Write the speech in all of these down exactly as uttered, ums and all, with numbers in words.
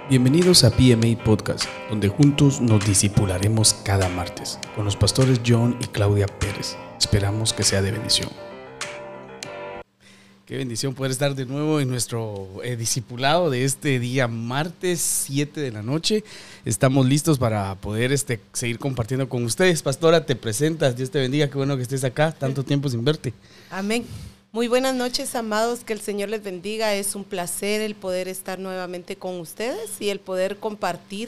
Bienvenidos a P M A Podcast, donde juntos nos discipularemos cada martes con los pastores John y Claudia Pérez. Esperamos que sea de bendición. Qué bendición poder estar de nuevo en nuestro eh, discipulado de este día martes siete de la noche. Estamos listos para poder este, seguir compartiendo con ustedes. Pastora, te presentas. Dios te bendiga. Qué bueno que estés acá. Tanto tiempo sin verte. Amén. Muy buenas noches, amados, que el Señor les bendiga. Es un placer el poder estar nuevamente con ustedes y el poder compartir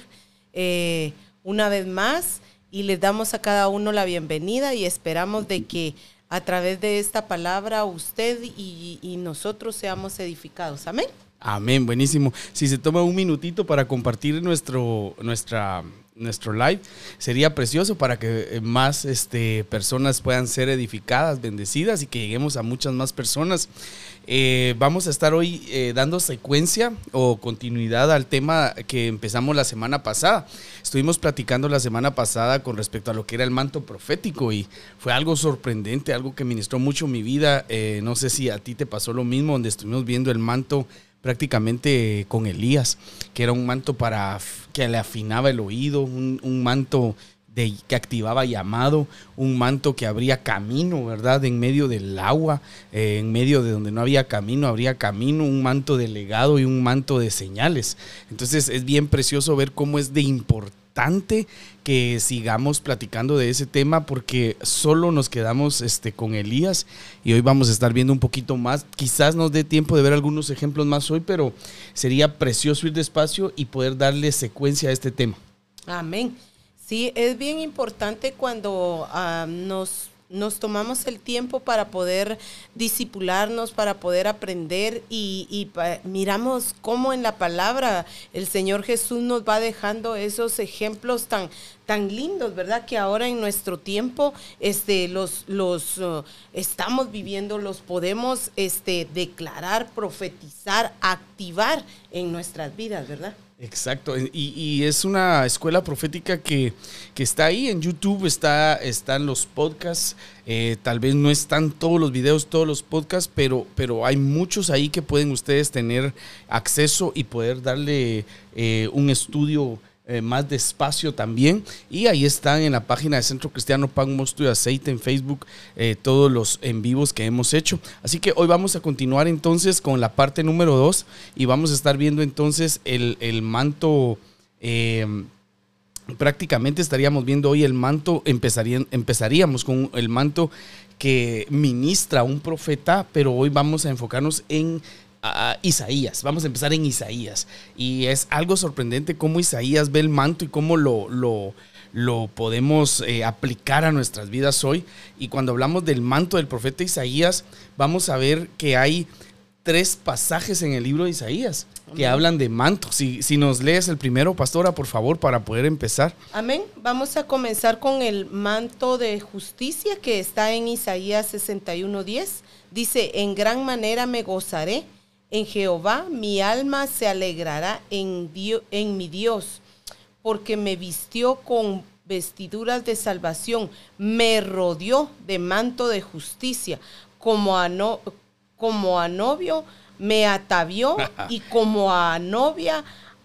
eh, una vez más, y les damos a cada uno la bienvenida y esperamos de que a través de esta palabra usted y, y nosotros seamos edificados. Amén. Amén, buenísimo. Si se toma un minutito para compartir nuestro, nuestra, nuestro live, sería precioso para que más este, personas puedan ser edificadas, bendecidas y que lleguemos a muchas más personas. Eh, vamos a estar hoy eh, dando secuencia o continuidad al tema que empezamos la semana pasada. Estuvimos platicando la semana pasada con respecto a lo que era el manto profético y fue algo sorprendente, algo que ministró mucho mi vida. Eh, no sé si a ti te pasó lo mismo, donde estuvimos viendo el manto prácticamente con Elías, que era un manto para que le afinaba el oído, un, un manto de, que activaba llamado, un manto que abría camino, ¿verdad? En medio del agua, eh, en medio de donde no había camino, habría camino, un manto de legado y un manto de señales. Entonces es bien precioso ver cómo es de importante que sigamos platicando de ese tema, porque solo nos quedamos este, con Elías y hoy vamos a estar viendo un poquito más. Quizás nos dé tiempo de ver algunos ejemplos más hoy, pero sería precioso ir despacio y poder darle secuencia a este tema. Amén. Sí, es bien importante cuando uh, nos, nos tomamos el tiempo para poder discipularnos, para poder aprender y, y pa, miramos cómo en la palabra el Señor Jesús nos va dejando esos ejemplos tan, tan lindos, ¿verdad? Que ahora en nuestro tiempo este, los, los uh, estamos viviendo, los podemos este, declarar, profetizar, activar en nuestras vidas, ¿verdad? Exacto, y, y es una escuela profética que, que está ahí en YouTube, está, están los podcasts, eh, tal vez no están todos los videos, todos los podcasts, pero, pero hay muchos ahí que pueden ustedes tener acceso y poder darle eh, un estudio Eh, más despacio también, y ahí están en la página de Centro Cristiano Pan, Mosto y Aceite en Facebook eh, todos los en vivos que hemos hecho. Así que hoy vamos a continuar entonces con la parte número dos y vamos a estar viendo entonces el, el manto. eh, prácticamente estaríamos viendo hoy el manto, empezaría, empezaríamos con el manto que ministra un profeta, pero hoy vamos a enfocarnos en Uh, Isaías. Vamos a empezar en Isaías, y es algo sorprendente cómo Isaías ve el manto y cómo lo, lo, lo podemos eh, aplicar a nuestras vidas hoy. Y cuando hablamos del manto del profeta Isaías, vamos a ver que hay tres pasajes en el libro de Isaías que Amén. Hablan de manto. Si, si nos lees el primero, pastora, por favor, para poder empezar. Amén. Vamos a comenzar con el manto de justicia que está en Isaías sesenta y uno diez. Dice: en gran manera me gozaré en Jehová, mi alma se alegrará en, Dios, en mi Dios, porque me vistió con vestiduras de salvación, me rodeó de manto de justicia, como a, no, como a novio me atavió y como a novia,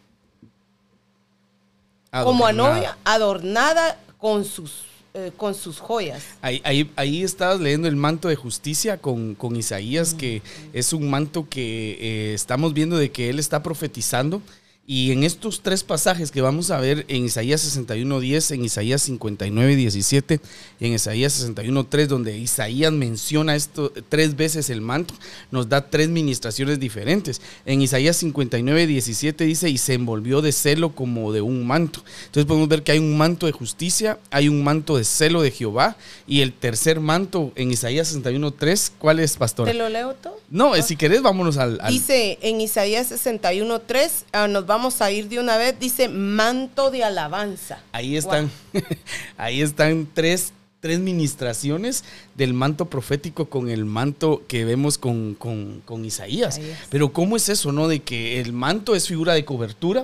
adornada. como a novia adornada con sus Eh, con sus joyas. Ahí, ahí, ahí estabas leyendo el manto de justicia con, con Isaías, mm. que es un manto que eh, estamos viendo de que él está profetizando. Y en estos tres pasajes que vamos a ver en Isaías sesenta y uno diez, en Isaías cincuenta y nueve diecisiete y en Isaías sesenta y uno tres, donde Isaías menciona esto tres veces el manto, nos da tres ministraciones diferentes. En Isaías cincuenta y nueve diecisiete dice: y se envolvió de celo como de un manto. Entonces podemos ver que hay un manto de justicia, hay un manto de celo de Jehová, y el tercer manto en Isaías sesenta y uno tres, ¿cuál es, pastora? ¿Te lo leo todo? No, si querés vámonos al, al... Dice en Isaías sesenta y uno tres, uh, nos vamos a ir de una vez, dice manto de alabanza. Ahí están, wow. Ahí están tres, tres ministraciones del manto profético con el manto que vemos con, con, con Isaías. Isaías. Pero ¿cómo es eso, no? De que el manto es figura de cobertura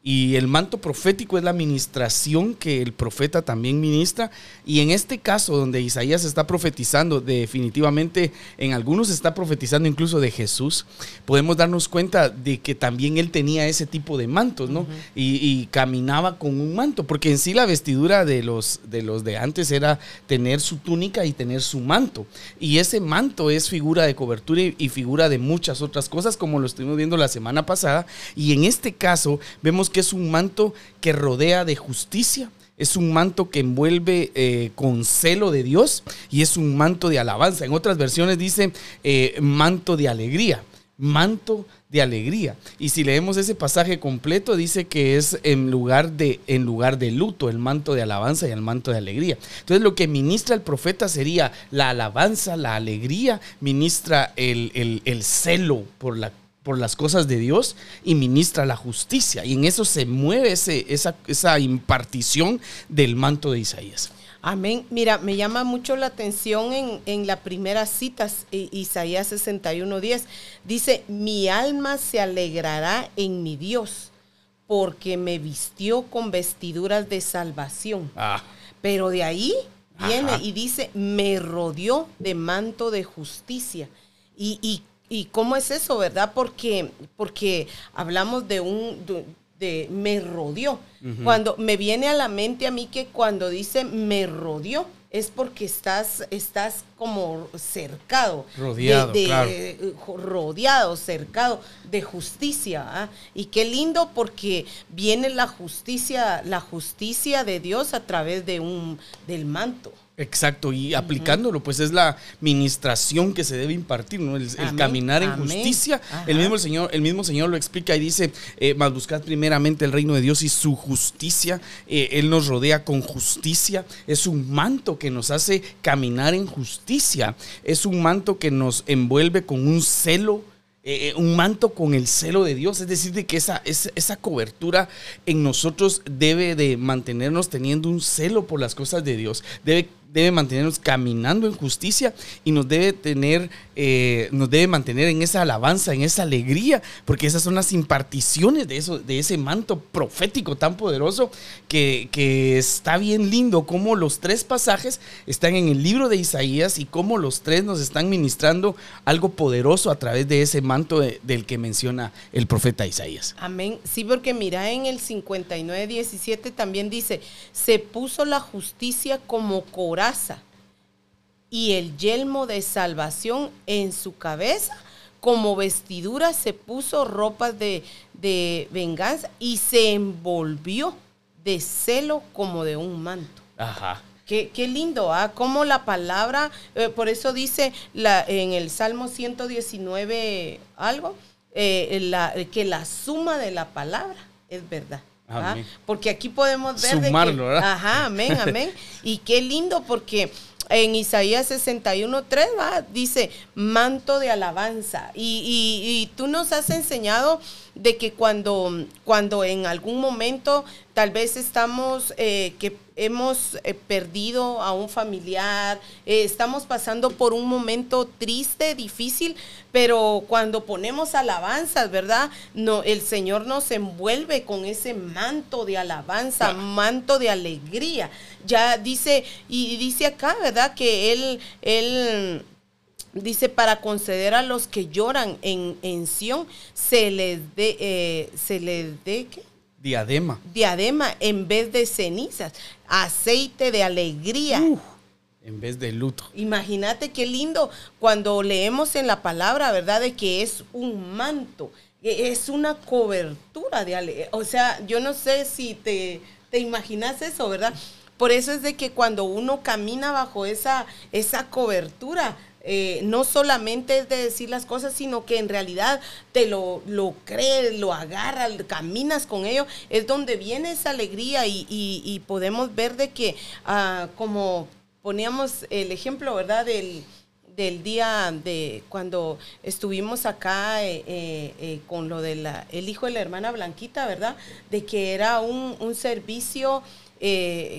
Y el manto profético es la ministración que el profeta también ministra. Y en este caso, donde Isaías está profetizando, definitivamente en algunos está profetizando incluso de Jesús, podemos darnos cuenta de que también él tenía ese tipo de mantos, ¿no? Uh-huh. y, y caminaba con un manto, porque en sí la vestidura de los, de los de antes era tener su túnica y tener su manto. Y ese manto es figura de cobertura y, y figura de muchas otras cosas, como lo estuvimos viendo la semana pasada. Y en este caso vemos que es un manto que rodea de justicia, es un manto que envuelve eh, con celo de Dios, y es un manto de alabanza. En otras versiones dice eh, manto de alegría, manto de alegría. Y si leemos ese pasaje completo, dice que es en lugar de, en lugar de luto, el manto de alabanza y el manto de alegría. Entonces lo que ministra el profeta sería la alabanza, la alegría, ministra el, el, el celo por la por las cosas de Dios, y ministra la justicia, y en eso se mueve ese, esa, esa impartición del manto de Isaías. Amén. Mira, me llama mucho la atención en, en la primera cita, Isaías sesenta y uno diez, dice: mi alma se alegrará en mi Dios, porque me vistió con vestiduras de salvación. Ah. Pero de ahí viene, ajá, y dice: me rodeó de manto de justicia. Y, y ¿Y cómo es eso, verdad? Porque, porque hablamos de un, de, de me rodeó. Uh-huh. Cuando me viene a la mente a mí que cuando dice me rodeó, es porque estás, estás como cercado. Rodeado, de, de, claro. Eh, rodeado, cercado de justicia. ¿eh? Y qué lindo, porque viene la justicia, la justicia de Dios a través de un, del manto. Exacto, y aplicándolo, pues es la ministración que se debe impartir, ¿no? El, el caminar en amén, justicia. El mismo Señor, el mismo Señor lo explica y dice: eh, mas buscad primeramente el reino de Dios y su justicia. Eh, Él nos rodea con justicia. Es un manto que nos hace caminar en justicia. Es un manto que nos envuelve con un celo. Eh, un manto con el celo de Dios, es decir, de que esa, esa, esa cobertura en nosotros debe de mantenernos teniendo un celo por las cosas de Dios, debe, debe mantenernos caminando en justicia, y nos debe tener, eh, nos debe mantener en esa alabanza, en esa alegría, porque esas son las imparticiones de, eso, de ese manto profético tan poderoso, que, que está bien lindo como los tres pasajes están en el libro de Isaías, y cómo los tres nos están ministrando algo poderoso a través de ese manto manto de, del que menciona el profeta Isaías. Amén. Sí, porque mira, en el cincuenta y nueve diecisiete también dice: se puso la justicia como coraza y el yelmo de salvación en su cabeza, como vestidura se puso ropas de, de venganza, y se envolvió de celo como de un manto. Ajá. Qué, qué lindo, ¿ah? Como la palabra, eh, por eso dice la, en el Salmo ciento diecinueve algo, eh, la, que la suma de la palabra es verdad. ¿ah? Porque aquí podemos ver sumarlo, de que, ¿verdad? Ajá, amén, amén. Y qué lindo, porque en Isaías sesenta y uno tres ¿va? Dice manto de alabanza. Y, y, y tú nos has enseñado de que cuando, cuando en algún momento tal vez estamos, eh, que hemos eh, perdido a un familiar, eh, estamos pasando por un momento triste, difícil, pero cuando ponemos alabanzas, ¿verdad? No, el Señor nos envuelve con ese manto de alabanza, ah. manto de alegría. Ya dice, y dice acá, ¿verdad? Que Él, Él dice: para conceder a los que lloran en, en Sión, se les dé, eh, se les dé, ¿qué? Diadema. Diadema en vez de cenizas, aceite de alegría. Uh, en vez de luto. Imagínate qué lindo cuando leemos en la palabra, ¿verdad? De que es un manto, es una cobertura de alegría. O sea, yo no sé si te, te imaginas eso, ¿verdad? Por eso es de que cuando uno camina bajo esa, esa cobertura, Eh, no solamente es de decir las cosas, sino que en realidad te lo, lo crees, lo agarras, caminas con ello, es donde viene esa alegría. Y, y, y podemos ver de que, uh, como poníamos el ejemplo, ¿verdad? Del, del día de cuando estuvimos acá eh, eh, eh, con lo del el hijo de la hermana Blanquita, ¿verdad? De que era un, un servicio eh,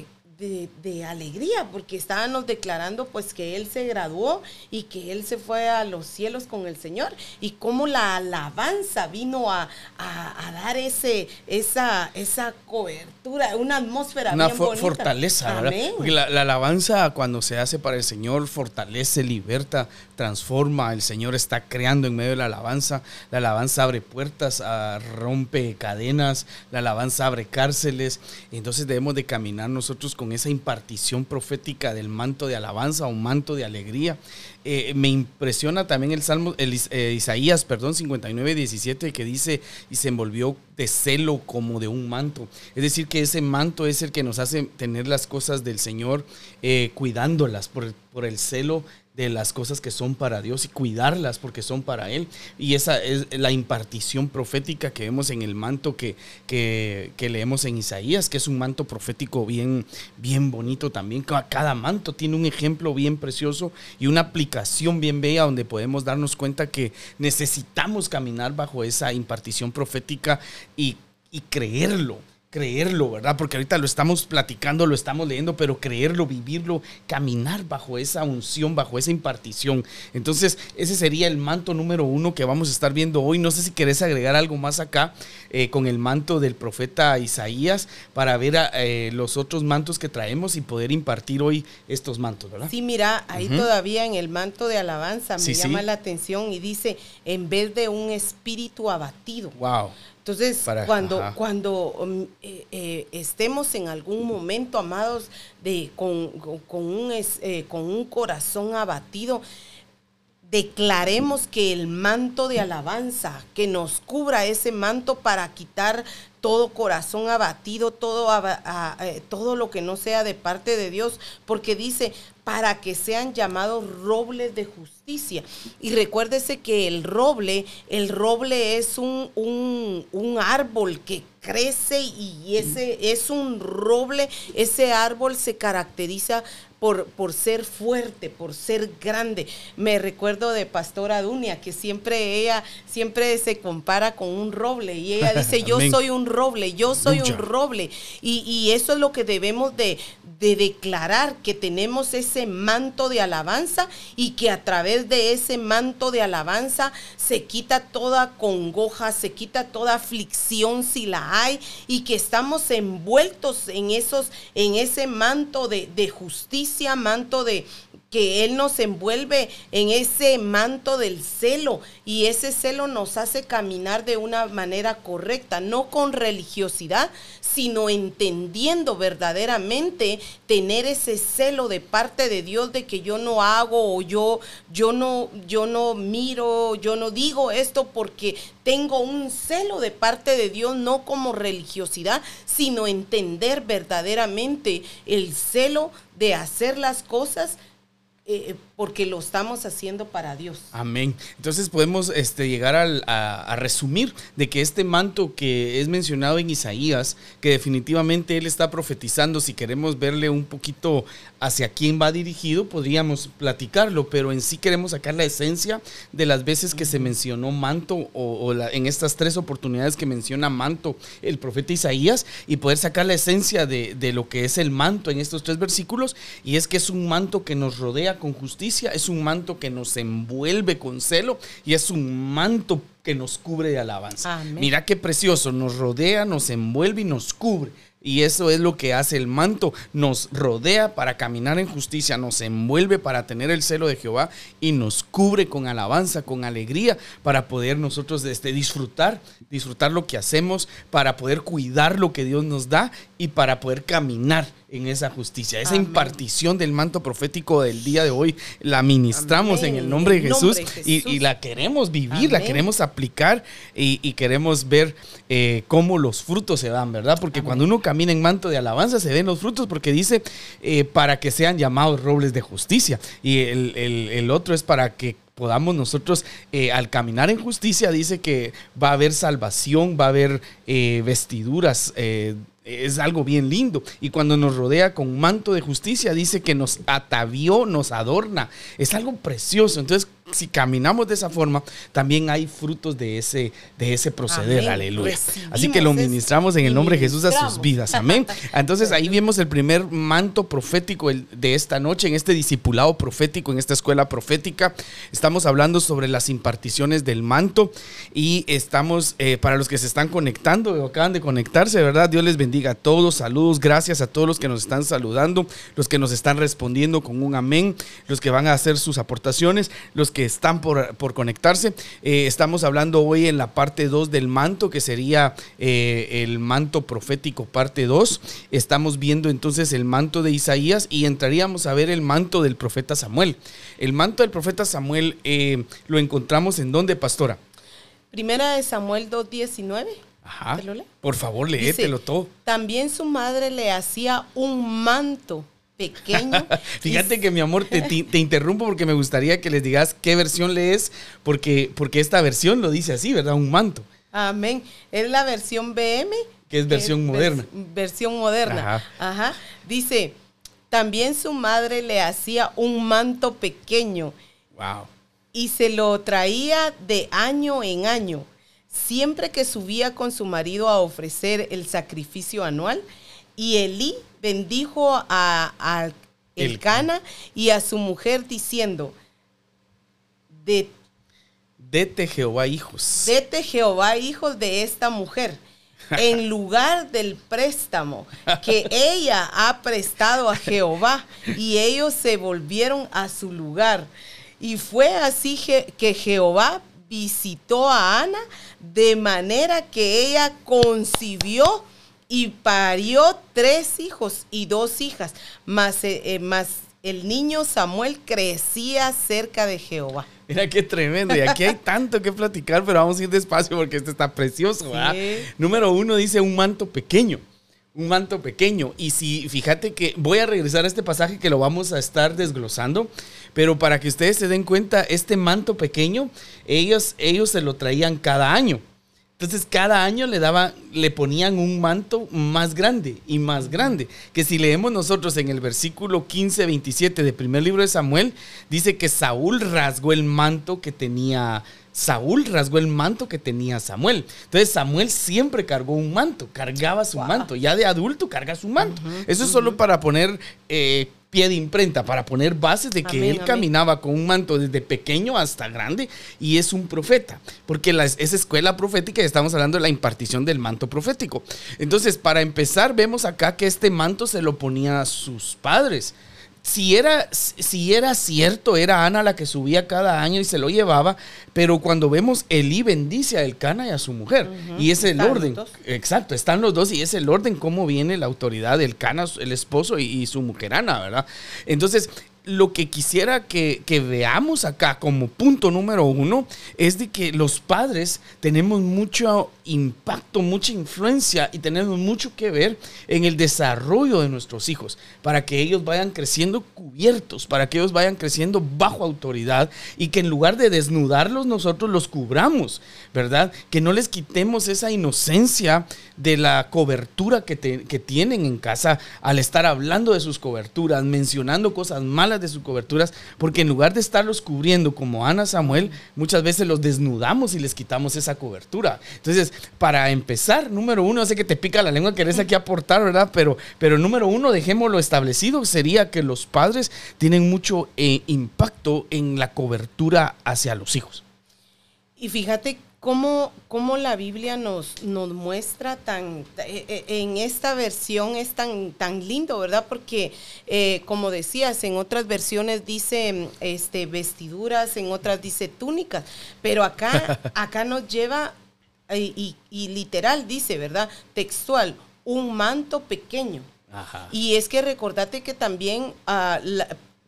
de, de alegría, porque estábamos declarando pues que él se graduó y que él se fue a los cielos con el Señor, y cómo la alabanza vino a, a, a dar ese, esa, esa cobertura, una atmósfera una bien for, bonita. fortaleza, ¿verdad? Porque la, la alabanza, cuando se hace para el Señor, fortalece, liberta, transforma. El Señor está creando en medio de la alabanza. La alabanza abre puertas, uh, rompe cadenas, la alabanza abre cárceles. Entonces debemos de caminar nosotros con esa impartición profética del manto de alabanza, un manto de alegría. Eh, me impresiona también el Salmo, el eh, Isaías, perdón, cincuenta y nueve, diecisiete, que dice: y se envolvió de celo como de un manto. Es decir, que ese manto es el que nos hace tener las cosas del Señor, eh, cuidándolas por, por el celo de las cosas que son para Dios, y cuidarlas porque son para Él. Y esa es la impartición profética que vemos en el manto que, que, que leemos en Isaías, que es un manto profético bien, bien bonito también. Cada manto tiene un ejemplo bien precioso y una aplicación bien bella, donde podemos darnos cuenta que necesitamos caminar bajo esa impartición profética y, y creerlo. Creerlo, ¿verdad? Porque ahorita lo estamos platicando, lo estamos leyendo, pero creerlo, vivirlo, caminar bajo esa unción, bajo esa impartición. Entonces, ese sería el manto número uno que vamos a estar viendo hoy. No sé si querés agregar algo más acá eh, con el manto del profeta Isaías, para ver eh, los otros mantos que traemos y poder impartir hoy estos mantos, ¿verdad? Sí, mira, ahí uh-huh. todavía en el manto de alabanza me sí, llama sí. la atención y dice: en vez de un espíritu abatido. Wow. Entonces, Para, cuando, cuando um, eh, eh, estemos en algún momento, amados, de, con, con, con, un, eh, con un corazón abatido, declaremos que el manto de alabanza, que nos cubra ese manto para quitar todo corazón abatido, todo, a, a, a, todo lo que no sea de parte de Dios, porque dice: para que sean llamados robles de justicia. Y recuérdese que el roble, el roble es un, un, un árbol que crece, y ese es un roble, ese árbol se caracteriza Por, por ser fuerte, por ser grande. Me recuerdo de Pastora Dunia, que siempre ella siempre se compara con un roble, y ella dice: yo soy un roble, yo soy Mucha. un roble. Y, y eso es lo que debemos de, de declarar, que tenemos ese manto de alabanza, y que a través de ese manto de alabanza se quita toda congoja, se quita toda aflicción si la hay, y que estamos envueltos en, esos, en ese manto de, de justicia, manto de que Él nos envuelve en ese manto del celo, y ese celo nos hace caminar de una manera correcta, no con religiosidad, sino entendiendo verdaderamente, tener ese celo de parte de Dios, de que yo no hago, o yo, yo no, yo no miro, yo no digo esto porque tengo un celo de parte de Dios, no como religiosidad, sino entender verdaderamente el celo de hacer las cosas Eh, porque lo estamos haciendo para Dios. Amén. Entonces podemos este, llegar al, a, a resumir de que este manto que es mencionado en Isaías, que definitivamente él está profetizando, si queremos verle un poquito hacia quién va dirigido, podríamos platicarlo, pero en sí queremos sacar la esencia de las veces que se mencionó manto, o, o la, en estas tres oportunidades que menciona manto el profeta Isaías, y poder sacar la esencia de, de lo que es el manto en estos tres versículos, y es que es un manto que nos rodea con justicia, es un manto que nos envuelve con celo, y es un manto que nos cubre de alabanza. Amén. Mira qué precioso, nos rodea, nos envuelve y nos cubre. Y eso es lo que hace el manto, nos rodea para caminar en justicia, nos envuelve para tener el celo de Jehová, y nos cubre con alabanza, con alegría, para poder nosotros este, disfrutar, disfrutar lo que hacemos, para poder cuidar lo que Dios nos da, y para poder caminar en esa justicia. Esa Amén. Impartición del manto profético del día de hoy la ministramos Amén. En el nombre de Jesús, nombre de Jesús. Y, y la queremos vivir, Amén. La queremos aplicar, y, y queremos ver eh, cómo los frutos se dan, ¿verdad? Porque Amén. Cuando uno camina en manto de alabanza se ven los frutos, porque dice eh, para que sean llamados robles de justicia, y el, el, el otro es para que podamos nosotros eh, al caminar en justicia, dice que va a haber salvación, va a haber eh, vestiduras, eh, es algo bien lindo. Y cuando nos rodea con manto de justicia, dice que nos atavió, nos adorna, es algo precioso. Entonces si caminamos de esa forma, también hay frutos de ese, de ese proceder. Amén. Aleluya. Recibimos. Así que lo ministramos en el nombre de Jesús a sus vidas. Amén. Entonces ahí vemos el primer manto profético de esta noche, en este discipulado profético, en esta escuela profética. Estamos hablando sobre las imparticiones del manto y estamos, eh, para los que se están conectando o acaban de conectarse, ¿verdad? Dios les bendiga a todos. Saludos, gracias a todos los que nos están saludando, los que nos están respondiendo con un amén, los que van a hacer sus aportaciones, los que están por, por conectarse. Eh, estamos hablando hoy en la parte dos del manto, que sería eh, el manto profético parte dos. Estamos viendo entonces el manto de Isaías y entraríamos a ver el manto del profeta Samuel. El manto del profeta Samuel eh, lo encontramos ¿en dónde, pastora? Primera de Samuel dos diecinueve. Ajá. ¿Te lo leo? Por favor, léetelo Dice, todo. También su madre le hacía un manto pequeño. Fíjate que mi amor, te, te interrumpo porque me gustaría que les digas qué versión lees, porque, porque esta versión lo dice así, ¿verdad? Un manto. Amén. Es la versión B M. Que es versión es moderna. Vers, versión moderna. Ajá. Ajá. Dice, también su madre le hacía un manto pequeño. Wow. Y se lo traía de año en año. Siempre que subía con su marido a ofrecer el sacrificio anual, y Elí bendijo a, a Elcana y a su mujer diciendo, de, dete Jehová hijos. Dete Jehová hijos de esta mujer, en lugar del préstamo que ella ha prestado a Jehová. Y ellos se volvieron a su lugar. Y fue así que Jehová visitó a Ana, de manera que ella concibió y parió tres hijos y dos hijas, más, eh, más el niño Samuel crecía cerca de Jehová. Mira qué tremendo, y aquí hay tanto que platicar, pero vamos a ir despacio porque este está precioso, ¿verdad? Sí. Número uno dice un manto pequeño, un manto pequeño, y si fíjate que voy a regresar a este pasaje que lo vamos a estar desglosando, pero para que ustedes se den cuenta, este manto pequeño, ellos, ellos se lo traían cada año. Entonces cada año le daban, le ponían un manto más grande y más grande. Que si leemos nosotros en el versículo quince, veintisiete del primer libro de Samuel, dice que Saúl rasgó el manto que tenía Saúl rasgó el manto que tenía Samuel. Entonces Samuel siempre cargó un manto, cargaba su wow. manto. Ya de adulto carga su manto. Uh-huh, Eso uh-huh. es solo para poner eh, pie de imprenta, para poner bases de que amén, él amén. caminaba con un manto desde pequeño hasta grande y es un profeta. Porque la, esa escuela profética, estamos hablando de la impartición del manto profético. Entonces, para empezar, vemos acá que este manto se lo ponía a sus padres. Si era, si era cierto, era Ana la que subía cada año y se lo llevaba, pero cuando vemos Elí bendice a Elcana y a su mujer, uh-huh. y es el están orden, exacto, están los dos y es el orden cómo viene la autoridad de Elcana, el esposo y, y su mujer Ana, ¿verdad? Entonces, lo que quisiera que, que veamos acá como punto número uno es de que los padres tenemos mucho impacto, mucha influencia y tenemos mucho que ver en el desarrollo de nuestros hijos para que ellos vayan creciendo cubiertos, para que ellos vayan creciendo bajo autoridad y que en lugar de desnudarlos nosotros los cubramos, ¿verdad? Que no les quitemos esa inocencia de la cobertura que, te, que tienen en casa al estar hablando de sus coberturas, mencionando cosas malas de sus coberturas, porque en lugar de estarlos cubriendo como Ana, Samuel, muchas veces los desnudamos y les quitamos esa cobertura. Entonces, para empezar, número uno, sé que te pica la lengua, querés aquí aportar, ¿verdad? Pero, pero número uno, dejémoslo establecido, sería que los padres tienen mucho eh, impacto en la cobertura hacia los hijos. Y fíjate cómo, cómo la Biblia nos, nos muestra tan, en esta versión es tan, tan lindo, ¿verdad? Porque, eh, como decías, en otras versiones dice este, vestiduras, en otras dice túnicas, pero acá, acá nos lleva, y, y, y literal dice, ¿verdad? Textual, un manto pequeño. Ajá. Y es que recordate que también uh, la,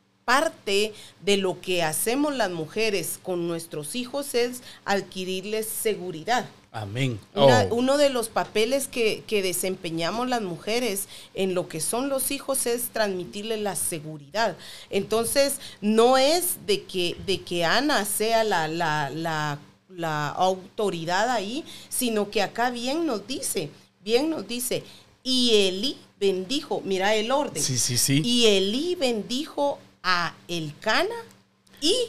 parte de lo que hacemos las mujeres con nuestros hijos es adquirirles seguridad. Amén. Una, oh. Uno de los papeles que, que desempeñamos las mujeres en lo que son los hijos es transmitirles la seguridad. Entonces, no es de que, de que Ana sea la, la, la, la autoridad ahí, sino que acá bien nos dice, bien nos dice, y Elí bendijo, mira el orden. Sí, sí, sí. Y Elí bendijo a Elcana y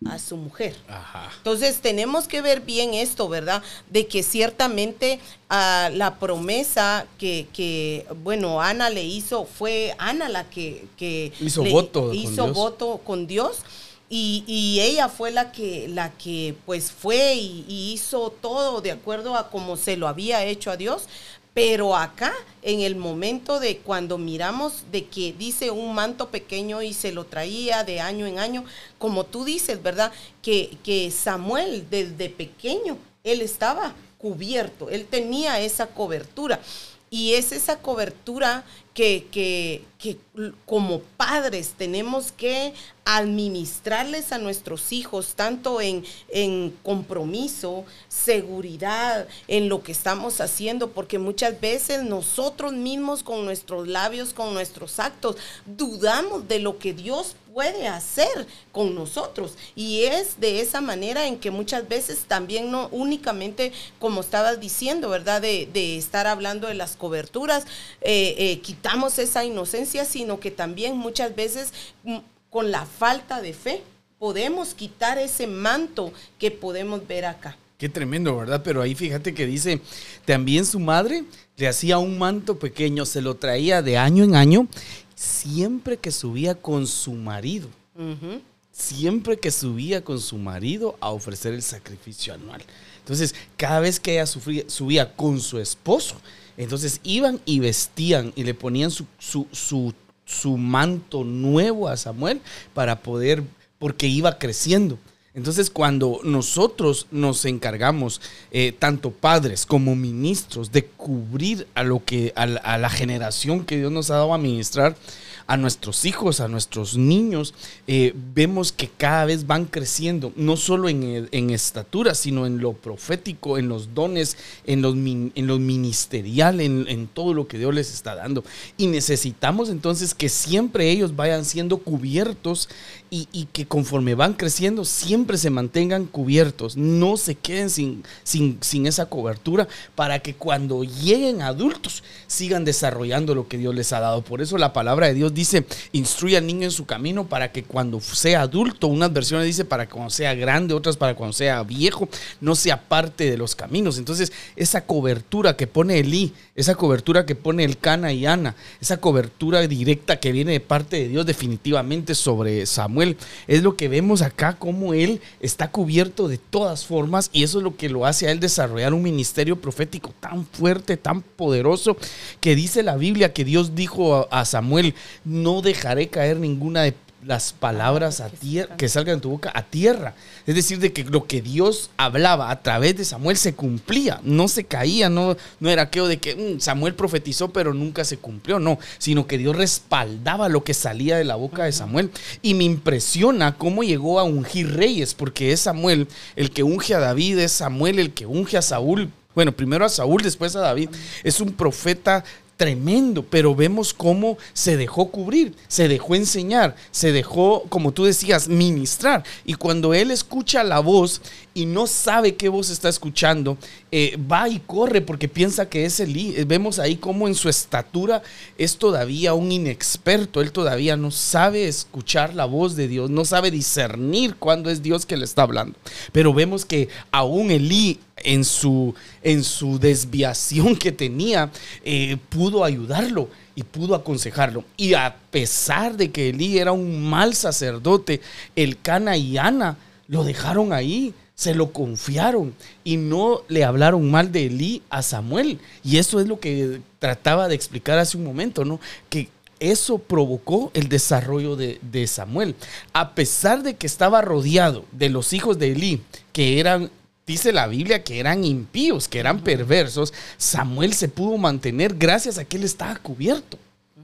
a su mujer. Ajá. Entonces tenemos que ver bien esto, ¿verdad? De que ciertamente uh, la promesa que, que, bueno, Ana le hizo, fue Ana la que, que hizo, le, voto, hizo con voto con Dios. Y, y ella fue la que, la que pues fue y, y hizo todo de acuerdo a como se lo había hecho a Dios. Pero acá, en el momento de cuando miramos de que dice un manto pequeño y se lo traía de año en año, como tú dices, ¿verdad? Que, que Samuel desde pequeño, él estaba cubierto, él tenía esa cobertura. Y es esa cobertura que, que, que como padres tenemos que administrarles a nuestros hijos, tanto en, en compromiso, seguridad, en lo que estamos haciendo, porque muchas veces nosotros mismos con nuestros labios, con nuestros actos, dudamos de lo que Dios puede hacer con nosotros. Y es de esa manera en que muchas veces también no únicamente, como estabas diciendo, ¿verdad? De, de estar hablando de las coberturas, eh, eh, quitamos esa inocencia, sino que también muchas veces m- con la falta de fe podemos quitar ese manto que podemos ver acá. Qué tremendo, ¿verdad? Pero ahí fíjate que dice, también su madre le hacía un manto pequeño, se lo traía de año en año, siempre que subía con su marido. Uh-huh. Siempre que subía con su marido a ofrecer el sacrificio anual. Entonces, cada vez que ella sufría, subía con su esposo, entonces iban y vestían y le ponían su, su, su, su manto nuevo a Samuel para poder, porque iba creciendo. Entonces, cuando nosotros nos encargamos, eh, tanto padres como ministros, de cubrir a, lo que, a, la, a la generación que Dios nos ha dado a ministrar, a nuestros hijos, a nuestros niños, eh, vemos que cada vez van creciendo, no solo en, en estatura, sino en lo profético, en los dones, en, los, en lo ministerial, en, en todo lo que Dios les está dando. Y necesitamos entonces que siempre ellos vayan siendo cubiertos y, y que conforme van creciendo siempre se mantengan cubiertos, no se queden sin, sin, sin esa cobertura, para que cuando lleguen adultos sigan desarrollando lo que Dios les ha dado. Por eso la palabra de Dios dice, instruye al niño en su camino para que cuando sea adulto, unas versiones dice para cuando sea grande, otras para cuando sea viejo, no sea parte de los caminos. Entonces esa cobertura que pone Elí, esa cobertura que pone Elcana y Ana, esa cobertura directa que viene de parte de Dios definitivamente sobre Samuel, es lo que vemos acá, como él está cubierto de todas formas, y eso es lo que lo hace a él desarrollar un ministerio profético tan fuerte, tan poderoso, que dice la Biblia que Dios dijo a Samuel, no dejaré caer ninguna de las palabras a tierra, que salgan de tu boca a tierra. Es decir, de que lo que Dios hablaba a través de Samuel se cumplía, no se caía, no, no era aquello de que mmm, Samuel profetizó pero nunca se cumplió, no, sino que Dios respaldaba lo que salía de la boca de Samuel. Y me impresiona cómo llegó a ungir reyes, porque es Samuel el que unge a David, es Samuel el que unge a Saúl, bueno, primero a Saúl, después a David. Es un profeta tremendo, pero vemos cómo se dejó cubrir, se dejó enseñar, se dejó, como tú decías, ministrar. Y cuando él escucha la voz y no sabe qué voz está escuchando, eh, va y corre porque piensa que es Elí. Vemos ahí cómo en su estatura es todavía un inexperto, él todavía no sabe escuchar la voz de Dios, no sabe discernir cuándo es Dios que le está hablando. Pero vemos que aún Elí, en su, en su desviación que tenía, eh, pudo ayudarlo y pudo aconsejarlo. Y a pesar de que Elí era un mal sacerdote, Elcana y Ana lo dejaron ahí, se lo confiaron y no le hablaron mal de Elí a Samuel. Y eso es lo que trataba de explicar hace un momento, ¿no? Que eso provocó el desarrollo de, de Samuel. A pesar de que estaba rodeado de los hijos de Elí, que eran, dice la Biblia, que eran impíos, que eran perversos, Samuel se pudo mantener gracias a que él estaba cubierto.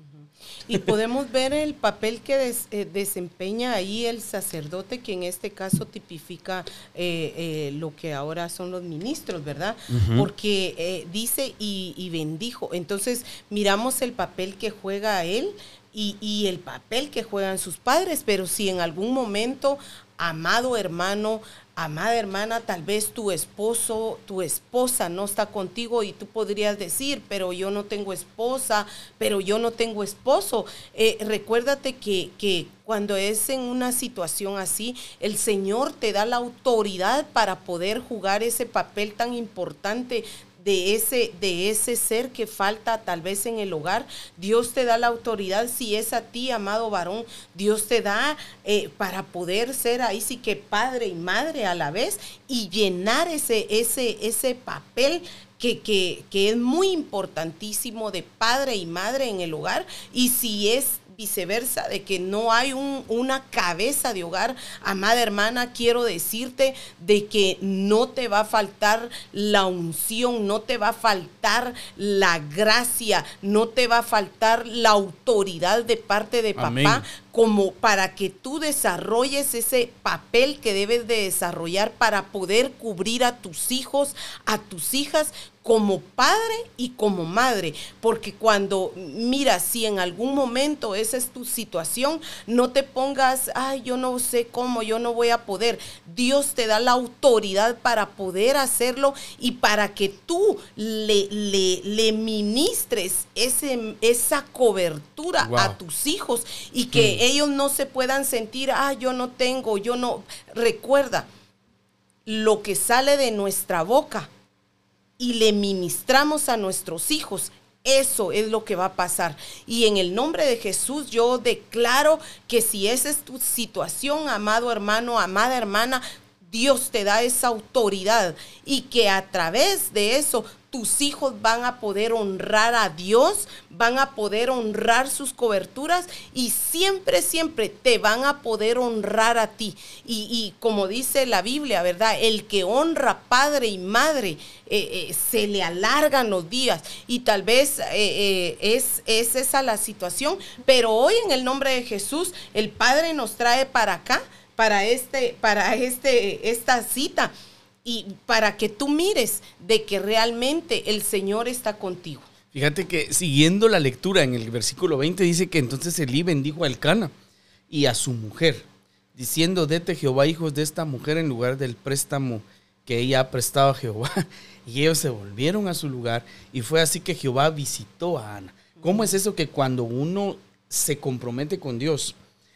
Y podemos ver el papel que des, eh, desempeña ahí el sacerdote, que en este caso tipifica eh, eh, lo que ahora son los ministros, ¿verdad? Uh-huh. Porque eh, dice y, y bendijo. Entonces miramos el papel que juega él y, y el papel que juegan sus padres, pero si en algún momento, amado hermano, Amada hermana, tal vez tu esposo, tu esposa no está contigo y tú podrías decir, pero yo no tengo esposa, pero yo no tengo esposo. Eh, recuérdate que, que cuando es en una situación así, el Señor te da la autoridad para poder jugar ese papel tan importante de ese, de ese ser que falta tal vez en el hogar. Dios te da la autoridad, si es a ti, amado varón, Dios te da eh, para poder ser ahí sí que padre y madre a la vez y llenar ese, ese, ese papel que, que, que es muy importantísimo de padre y madre en el hogar. Y si es viceversa, de que no hay un, una cabeza de hogar, amada hermana, quiero decirte de que no te va a faltar la unción, no te va a faltar la gracia, no te va a faltar la autoridad de parte de Amén. papá, como para que tú desarrolles ese papel que debes de desarrollar para poder cubrir a tus hijos, a tus hijas, como padre y como madre. Porque cuando, mira, si en algún momento esa es tu situación, no te pongas, ay, yo no sé cómo, yo no voy a poder. Dios te da la autoridad para poder hacerlo y para que tú le, le, le ministres ese, esa cobertura wow. a tus hijos y que mm. ellos no se puedan sentir, ah, yo no tengo, yo no. Recuerda, lo que sale de nuestra boca y le ministramos a nuestros hijos, eso es lo que va a pasar. Y en el nombre de Jesús yo declaro que si esa es tu situación, amado hermano, amada hermana, Dios te da esa autoridad y que a través de eso tus hijos van a poder honrar a Dios, van a poder honrar sus coberturas y siempre, siempre te van a poder honrar a ti. Y, y como dice la Biblia, ¿verdad? El que honra padre y madre, eh, eh, se le alargan los días. Y tal vez eh, eh, es, es esa la situación, pero hoy en el nombre de Jesús, el Padre nos trae para acá, para, este, para este, esta cita, y para que tú mires de que realmente el Señor está contigo. Fíjate que siguiendo la lectura en el versículo veinte dice que entonces Elí bendijo a Elcana y a su mujer, diciendo, dete Jehová hijos de esta mujer en lugar del préstamo que ella ha prestado a Jehová. Y ellos se volvieron a su lugar y fue así que Jehová visitó a Ana. ¿Cómo es eso que cuando uno se compromete con Dios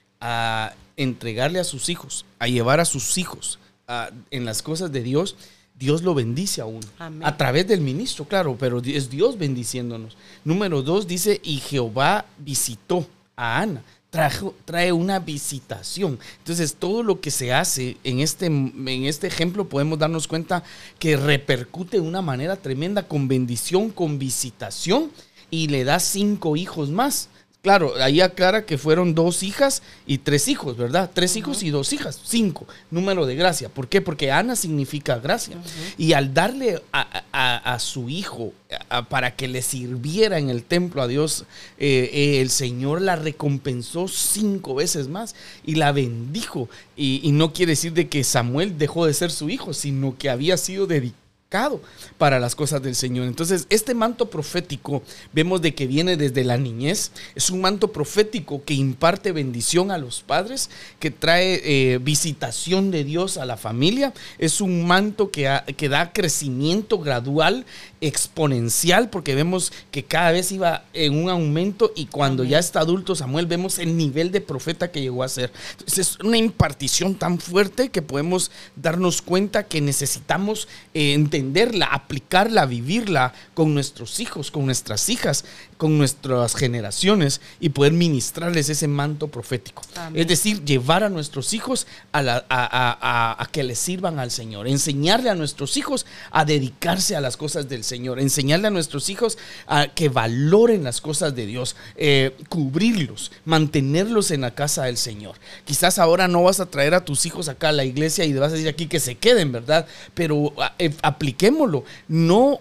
a entregarle a sus hijos, a llevar a sus hijos Uh, en las cosas de Dios, Dios lo bendice a uno. Amén. A través del ministro, claro, pero es Dios bendiciéndonos. Número dos dice, y Jehová visitó a Ana, trajo, trae una visitación. Entonces todo lo que se hace en este, en este ejemplo podemos darnos cuenta que repercute de una manera tremenda, con bendición, con visitación, y le da cinco hijos más. Claro, ahí aclara que fueron dos hijas y tres hijos, ¿verdad? Tres uh-huh. hijos y dos hijas, cinco, número de gracia. ¿Por qué? Porque Ana significa gracia. Uh-huh. Y al darle a, a, a su hijo a, para que le sirviera en el templo a Dios, eh, eh, el Señor la recompensó cinco veces más y la bendijo. Y, y no quiere decir de que Samuel dejó de ser su hijo, sino que había sido dedicado para las cosas del Señor. Entonces, este manto profético vemos de que viene desde la niñez. Es un manto profético que imparte bendición a los padres, que trae eh, visitación de Dios a la familia. Es un manto que, ha, que da crecimiento gradual, exponencial, porque vemos que cada vez iba en un aumento y cuando Amén. Ya está adulto Samuel vemos el nivel de profeta que llegó a ser. Entonces, es una impartición tan fuerte que podemos darnos cuenta que necesitamos eh, entender entenderla, aplicarla, vivirla con nuestros hijos, con nuestras hijas, con nuestras generaciones y poder ministrarles ese manto profético. Amén. Es decir, llevar a nuestros hijos a, la, a, a, a, a que les sirvan al Señor, enseñarle a nuestros hijos a dedicarse a las cosas del Señor, enseñarle a nuestros hijos a que valoren las cosas de Dios, eh, cubrirlos, mantenerlos en la casa del Señor. Quizás ahora no vas a traer a tus hijos acá a la iglesia y vas a decir aquí que se queden, ¿verdad? Pero eh, apliquémoslo. No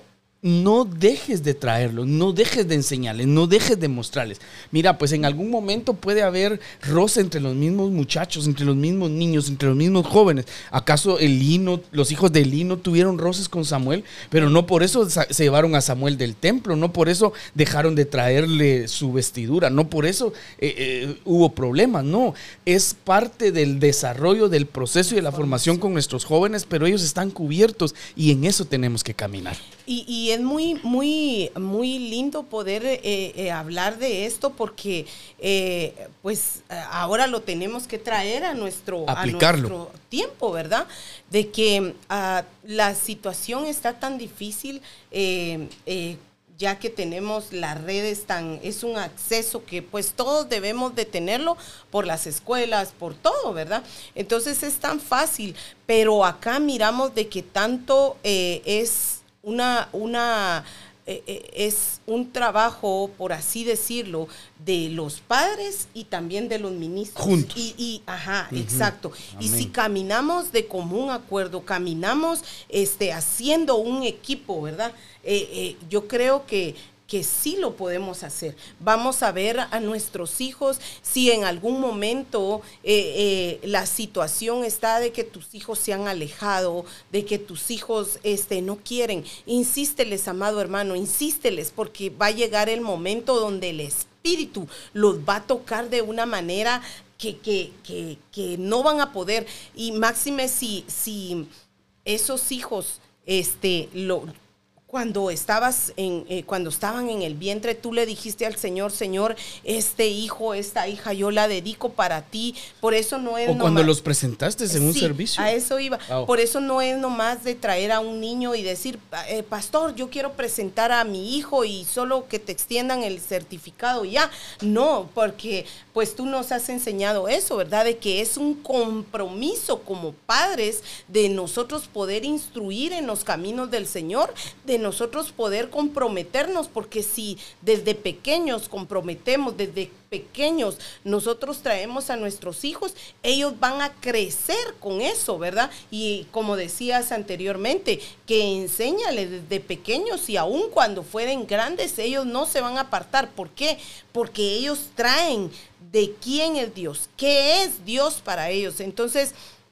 no dejes de traerlos, no dejes de enseñarles, no dejes de mostrarles. Mira, pues en algún momento puede haber roce entre los mismos muchachos, entre los mismos niños, entre los mismos jóvenes. ¿Acaso Elí no, los hijos de Elí no tuvieron roces con Samuel? Pero no por eso se llevaron a Samuel del templo, no por eso dejaron de traerle su vestidura, no por eso eh, eh, hubo problemas, no. Es parte del desarrollo, del proceso y de la formación con nuestros jóvenes, pero ellos están cubiertos y en eso tenemos que caminar. Y, y es muy, muy, muy lindo poder eh, eh, hablar de esto porque eh, pues ahora lo tenemos que traer a nuestro, a nuestro tiempo, ¿verdad? De que uh, la situación está tan difícil, eh, eh, ya que tenemos las redes tan, es un acceso que pues todos debemos de tenerlo por las escuelas, por todo, ¿verdad? Entonces es tan fácil, pero acá miramos de que tanto eh, es una, una eh, eh, es un trabajo, por así decirlo, de los padres y también de los ministros. Juntos. Y, y ajá, uh-huh. Exacto. Amén. Y si caminamos de común acuerdo, caminamos este, haciendo un equipo, ¿verdad? Eh, eh, yo creo que que sí lo podemos hacer. Vamos a ver a nuestros hijos si en algún momento eh, eh, la situación está de que tus hijos se han alejado, de que tus hijos este, no quieren. Insísteles, amado hermano, insísteles, porque va a llegar el momento donde el Espíritu los va a tocar de una manera que, que, que, que no van a poder. Y máxime si, si esos hijos este, lo Cuando estabas en, eh, cuando estaban en el vientre, tú le dijiste al Señor, Señor, este hijo, esta hija, yo la dedico para ti. Por eso no es o cuando nomás, los presentaste en un sí, servicio. A eso iba. Oh. Por eso no es nomás de traer a un niño y decir, eh, pastor, yo quiero presentar a mi hijo y solo que te extiendan el certificado ya. No, porque pues tú nos has enseñado eso, ¿verdad? De que es un compromiso como padres de nosotros poder instruir en los caminos del Señor, de nosotros poder comprometernos, porque si desde pequeños comprometemos, desde pequeños nosotros traemos a nuestros hijos, ellos van a crecer con eso, ¿verdad? Y como decías anteriormente, que enséñale desde pequeños y aun cuando fueren grandes, ellos no se van a apartar. ¿Por qué? Porque ellos traen de quién es Dios, qué es Dios para ellos. Entonces,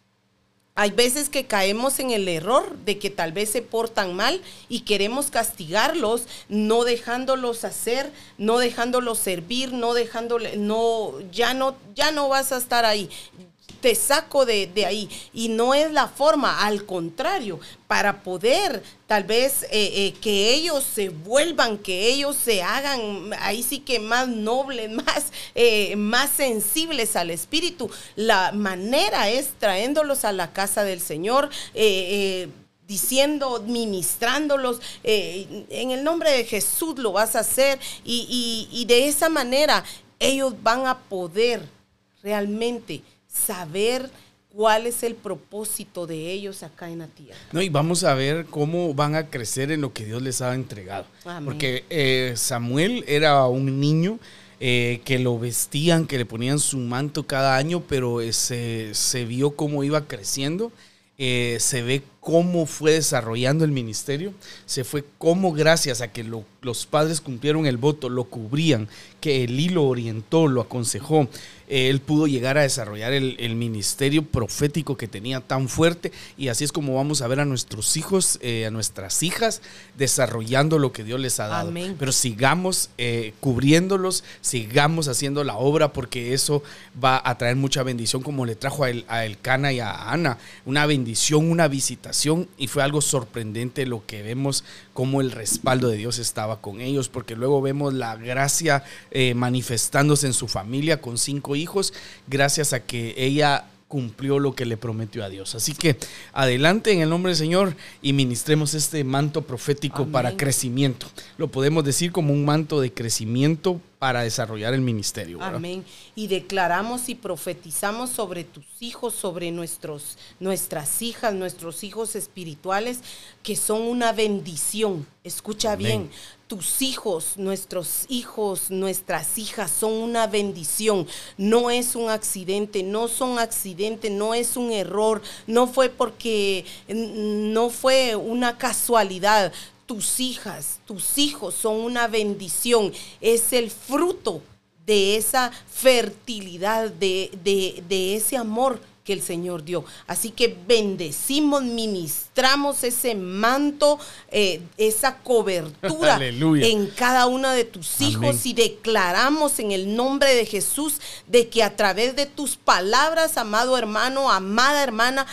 hay veces que caemos en el error de que tal vez se portan mal y queremos castigarlos, no dejándolos hacer, no dejándolos servir, no dejándole, no, ya no, ya no vas a estar ahí. Te saco de, de ahí. Y no es la forma, al contrario, para poder tal vez eh, eh, que ellos se vuelvan, que ellos se hagan, ahí sí que más nobles, más, eh, más sensibles al Espíritu. La manera es trayéndolos a la casa del Señor, eh, eh, diciendo, ministrándolos, eh, en el nombre de Jesús lo vas a hacer, y, y, y de esa manera ellos van a poder realmente saber cuál es el propósito de ellos acá en la tierra. No, y vamos a ver cómo van a crecer en lo que Dios les ha entregado. Amén. Porque eh, Samuel era un niño eh, que lo vestían, que le ponían su manto cada año, pero eh, se, se vio cómo iba creciendo. Eh, se ve cómo fue desarrollando el ministerio, se fue cómo gracias a que lo, los padres cumplieron el voto, lo cubrían, que Elí lo orientó, lo aconsejó, eh, él pudo llegar a desarrollar el, el ministerio profético que tenía tan fuerte, y así es como vamos a ver a nuestros hijos, eh, a nuestras hijas, desarrollando lo que Dios les ha dado. Amén. Pero sigamos eh, cubriéndolos, sigamos haciendo la obra, porque eso va a traer mucha bendición, como le trajo a, El, a Elcana y a Ana, una bendición, una visitación. Y fue algo sorprendente lo que vemos, cómo el respaldo de Dios estaba con ellos, porque luego vemos la gracia eh, manifestándose en su familia con cinco hijos, gracias a que ella cumplió lo que le prometió a Dios. Así que adelante en el nombre del Señor y ministremos este manto profético. Amén. Para crecimiento. Lo podemos decir como un manto de crecimiento para desarrollar el ministerio, ¿verdad? Amén. Y declaramos y profetizamos sobre tus hijos, sobre nuestros, nuestras hijas, nuestros hijos espirituales, que son una bendición. Escucha Amén. Bien, tus hijos, nuestros hijos, nuestras hijas son una bendición. No es un accidente, no son accidente, no es un error, no fue porque, no fue una casualidad. tus hijas, tus hijos son una bendición. Es el fruto de esa fertilidad, de, de, de ese amor que el Señor dio. Así que bendecimos, ministramos ese manto, eh, esa cobertura en cada uno de tus hijos. Amén. Y declaramos en el nombre de Jesús de que a través de tus palabras, amado hermano, amada hermana,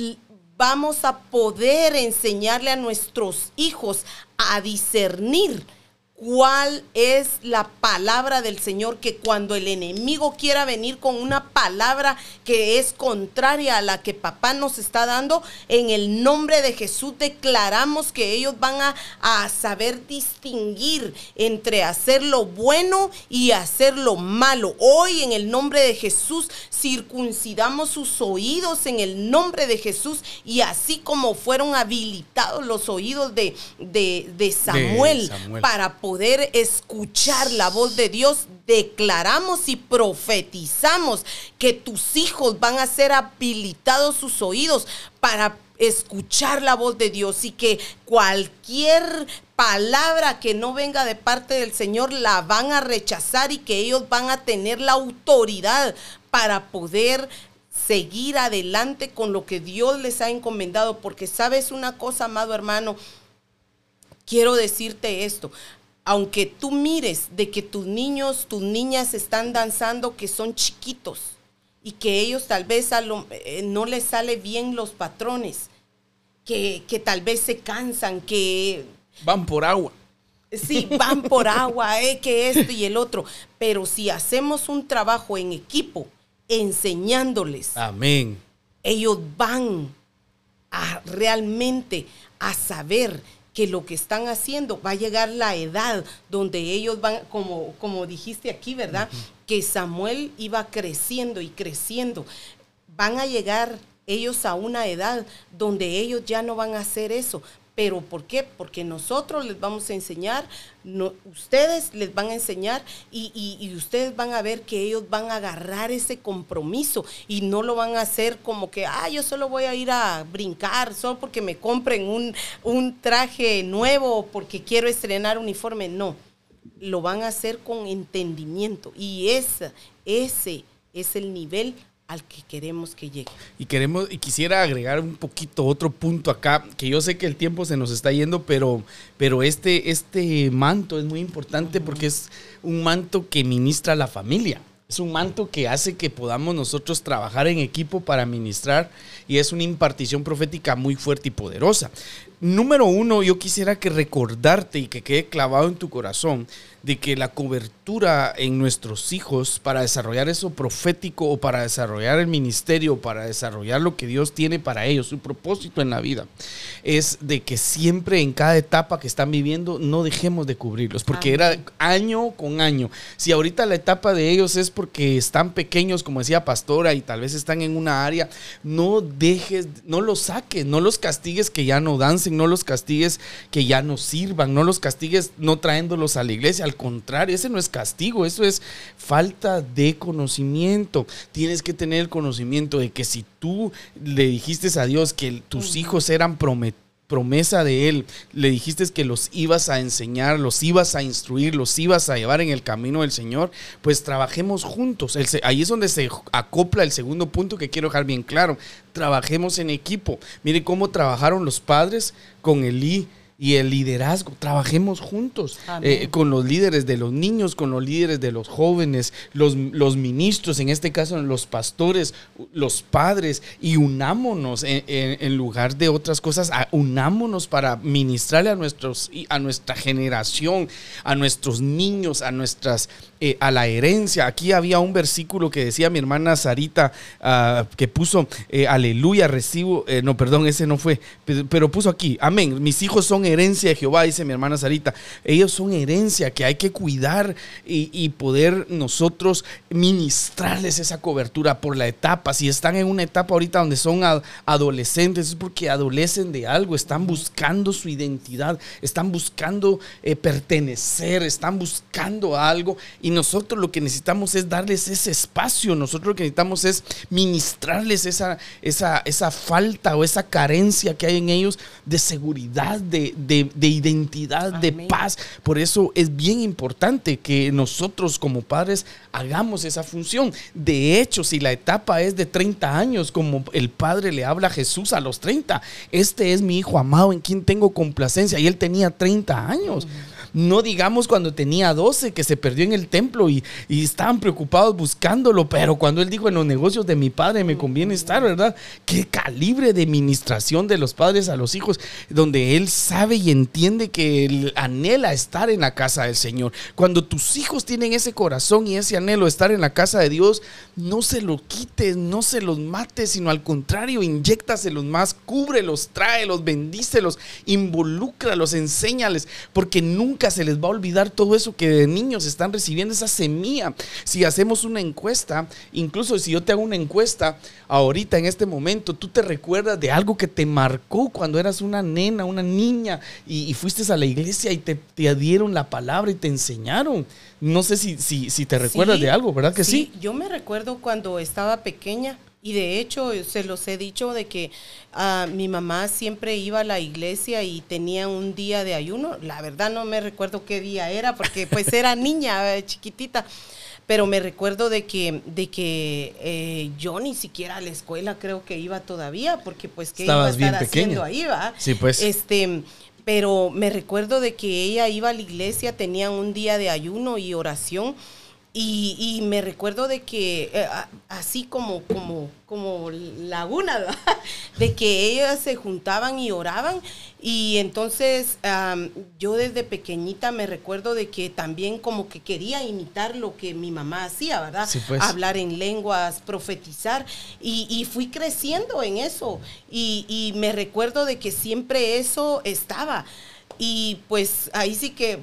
vamos a poder enseñarle a nuestros hijos a discernir cuál es la palabra del Señor, que cuando el enemigo quiera venir con una palabra que es contraria a la que papá nos está dando, en el nombre de Jesús declaramos que ellos van a, a saber distinguir entre hacer lo bueno y hacer lo malo. Hoy en el nombre de Jesús circuncidamos sus oídos en el nombre de Jesús, y así como fueron habilitados los oídos de, de, de Samuel, de Samuel para poder poder escuchar la voz de Dios, declaramos y profetizamos que tus hijos van a ser habilitados sus oídos para escuchar la voz de Dios, y que cualquier palabra que no venga de parte del Señor la van a rechazar, y que ellos van a tener la autoridad para poder seguir adelante con lo que Dios les ha encomendado. Porque sabes una cosa, amado hermano, quiero decirte esto: aunque tú mires de que tus niños, tus niñas están danzando, que son chiquitos y que ellos tal vez a lo, eh, no les sale bien los patrones, que, que tal vez se cansan, que van por agua. Sí, van por agua, eh, que esto y el otro. Pero si hacemos un trabajo en equipo, enseñándoles, amén, ellos van a realmente a saber que lo que están haciendo va a llegar la edad donde ellos van, como, como dijiste aquí, ¿verdad? Uh-huh. Que Samuel iba creciendo y creciendo. Van a llegar ellos a una edad donde ellos ya no van a hacer eso. ¿Pero por qué? Porque nosotros les vamos a enseñar, no, ustedes les van a enseñar, y, y, y ustedes van a ver que ellos van a agarrar ese compromiso y no lo van a hacer como que, ah, yo solo voy a ir a brincar, solo porque me compren un, un traje nuevo o porque quiero estrenar uniforme. No, lo van a hacer con entendimiento, y ese, ese es el nivel al que queremos que llegue. Y queremos, y quisiera agregar un poquito otro punto acá, que yo sé que el tiempo se nos está yendo, pero, pero este, este manto es muy importante, uh-huh, porque es un manto que ministra a la familia. Es un manto que hace que podamos nosotros trabajar en equipo para ministrar, y es una impartición profética muy fuerte y poderosa. Número uno, yo quisiera que recordarte y que quede clavado en tu corazón de que la cobertura en nuestros hijos para desarrollar eso profético, o para desarrollar el ministerio, para desarrollar lo que Dios tiene para ellos, su propósito en la vida, es de que siempre en cada etapa que están viviendo no dejemos de cubrirlos, porque Amén. Era año con año. Si ahorita la etapa de ellos es porque están pequeños, como decía Pastora, y tal vez están en una área, no dejes, no los saques, no los castigues que ya no dancen, no los castigues que ya no sirvan, no los castigues no trayéndolos a la iglesia. Al contrario, ese no es castigo, eso es falta de conocimiento. Tienes que tener el conocimiento de que si tú le dijiste a Dios que tus hijos eran prometidos, promesa de Él, le dijiste que los ibas a enseñar, los ibas a instruir, los ibas a llevar en el camino del Señor, pues trabajemos juntos. El, ahí es donde se acopla el segundo punto que quiero dejar bien claro. Trabajemos en equipo. Mire cómo trabajaron los padres con Elí y el liderazgo. Trabajemos juntos, eh, con los líderes de los niños, con los líderes de los jóvenes, los, los ministros, en este caso los pastores, los padres, y unámonos en, en, en lugar de otras cosas, a, unámonos para ministrarle a, nuestros, a nuestra generación, a nuestros niños, a nuestras eh, a la herencia. Aquí había un versículo que decía mi hermana Sarita, uh, que puso eh, aleluya, recibo, eh, no, perdón, ese no fue, pero, pero puso aquí, amén, mis hijos son herencia de Jehová, dice mi hermana Sarita. Ellos son herencia que hay que cuidar y, y poder nosotros ministrarles esa cobertura por la etapa. Si están en una etapa ahorita donde son ad, adolescentes, es porque adolecen de algo, están buscando su identidad, están buscando eh, pertenecer, están buscando algo, y nosotros lo que necesitamos es darles ese espacio. Nosotros lo que necesitamos es ministrarles esa, esa, esa falta o esa carencia que hay en ellos de seguridad, de de, de identidad, Amén. De paz. Por eso es bien importante que nosotros como padres hagamos esa función. De hecho, si la etapa es de treinta años, como el Padre le habla a Jesús a los treinta, este es mi Hijo amado en quien tengo complacencia, y él tenía treinta años. No digamos cuando tenía doce, que se perdió en el templo y, y estaban preocupados buscándolo, pero cuando él dijo, en los negocios de mi padre me conviene estar, ¿verdad? Qué calibre de ministración de los padres a los hijos, donde él sabe y entiende que él anhela estar en la casa del Señor. Cuando tus hijos tienen ese corazón y ese anhelo de estar en la casa de Dios, no se lo quites, no se los mates, sino al contrario, inyéctaselos más, cúbrelos, tráelos, bendícelos, involúcralos, enséñales, porque nunca se les va a olvidar todo eso que de niños están recibiendo, esa semilla. Si hacemos una encuesta, incluso si yo te hago una encuesta ahorita en este momento, tú te recuerdas de algo que te marcó cuando eras una nena, una niña y, y fuiste a la iglesia y te, te dieron la palabra y te enseñaron. No sé si, si, si te recuerdas sí, de algo, ¿verdad que sí? Sí, yo me recuerdo cuando estaba pequeña. Y de hecho, se los he dicho de que uh, mi mamá siempre iba a la iglesia y tenía un día de ayuno. La verdad no me recuerdo qué día era, porque pues era niña, chiquitita. Pero me recuerdo de que, de que eh, yo ni siquiera a la escuela creo que iba todavía, porque pues qué iba a estar haciendo ahí, ¿va? Sí, pues. Este, pero me recuerdo de que ella iba a la iglesia, tenían un día de ayuno y oración. Y, y me recuerdo de que, eh, así como, como, como laguna, ¿verdad? De que ellas se juntaban y oraban. Y entonces um, yo desde pequeñita me recuerdo de que también como que quería imitar lo que mi mamá hacía, ¿verdad? Sí, pues. Hablar en lenguas, profetizar. Y, y fui creciendo en eso. Y, y me recuerdo de que siempre eso estaba. Y pues ahí sí que...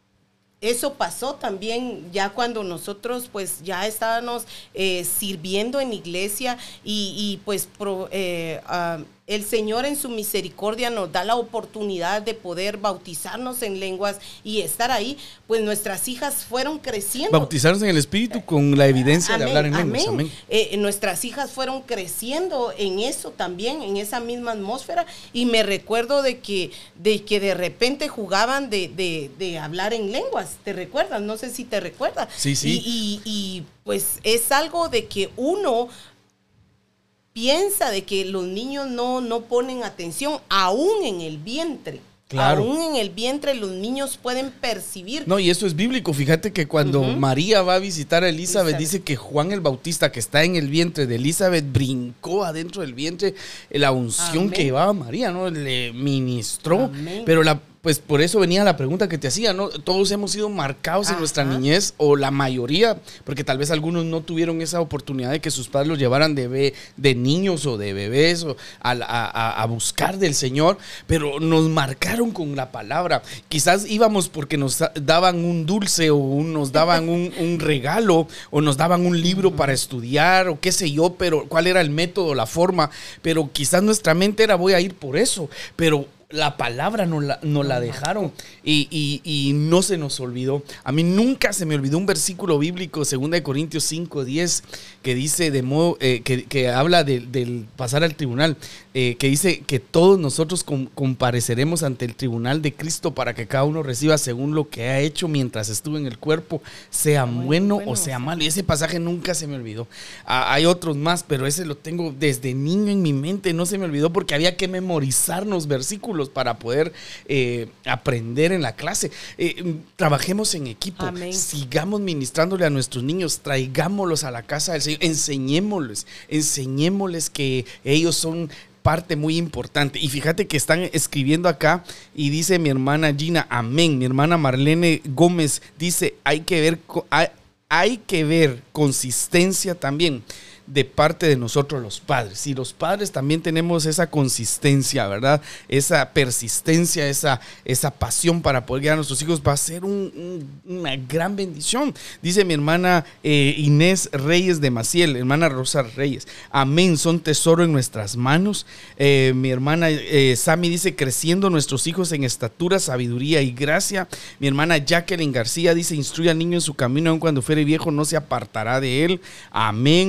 Eso pasó también ya cuando nosotros pues ya estábamos eh, sirviendo en iglesia y, y pues pro, eh, uh, el Señor en su misericordia nos da la oportunidad de poder bautizarnos en lenguas y estar ahí, pues nuestras hijas fueron creciendo. Bautizarnos en el Espíritu con la evidencia amén, de hablar en lenguas. Amén. Amén. Eh, nuestras hijas fueron creciendo en eso también, en esa misma atmósfera, y me recuerdo de que de, que de repente jugaban de, de, de hablar en lenguas. ¿Te recuerdas? No sé si te recuerdas. Sí, sí. Y, y, y pues es algo de que uno piensa de que los niños no, no ponen atención, aún en el vientre. Claro. Aún en el vientre los niños pueden percibir. No, y eso es bíblico. Fíjate que cuando uh-huh. María va a visitar a Elizabeth, Elizabeth, dice que Juan el Bautista, que está en el vientre de Elizabeth, brincó adentro del vientre la unción Amén. Que llevaba María, ¿no? Le ministró. Amén. Pero la... Pues por eso venía la pregunta que te hacía, ¿no? Todos hemos sido marcados Ajá. en nuestra niñez, o la mayoría, porque tal vez algunos no tuvieron esa oportunidad de que sus padres los llevaran de, be, de niños o de bebés o a, a, a buscar del Señor, pero nos marcaron con la palabra. Quizás íbamos porque nos daban un dulce o un, nos daban un, un regalo o nos daban un libro para estudiar o qué sé yo, pero cuál era el método, la forma, pero quizás nuestra mente era voy a ir por eso, pero la palabra nos la, nos la dejaron y, y, y no se nos olvidó. A mí nunca se me olvidó un versículo bíblico, segunda de Corintios cinco diez, que dice de modo, eh, que, que habla de, del pasar al tribunal, eh, que dice que todos nosotros com, compareceremos ante el tribunal de Cristo para que cada uno reciba según lo que ha hecho mientras estuvo en el cuerpo, sea bueno, bueno, bueno o sea malo. Y ese pasaje nunca se me olvidó. Ah, hay otros más, pero ese lo tengo desde niño en mi mente, no se me olvidó porque había que memorizarnos versículos para poder eh, aprender en la clase. Eh, trabajemos en equipo. Amén. Sigamos ministrándole a nuestros niños, traigámoslos a la casa del Señor, enseñémosles, enseñémosles que ellos son parte muy importante. Y fíjate que están escribiendo acá y dice mi hermana Gina, amén. Mi hermana Marlene Gómez dice, hay que ver, hay, hay que ver consistencia también de parte de nosotros los padres. Y los padres también tenemos esa consistencia, ¿verdad? Esa persistencia, esa, esa pasión para poder guiar a nuestros hijos va a ser un, un, una gran bendición. Dice mi hermana eh, Inés Reyes de Maciel, hermana Rosa Reyes, amén, son tesoro en nuestras manos. Eh, mi hermana eh, Sami dice, creciendo nuestros hijos en estatura, sabiduría y gracia. Mi hermana Jacqueline García dice, instruye al niño en su camino, aun cuando fuere viejo no se apartará de él. Amén. Mi hermana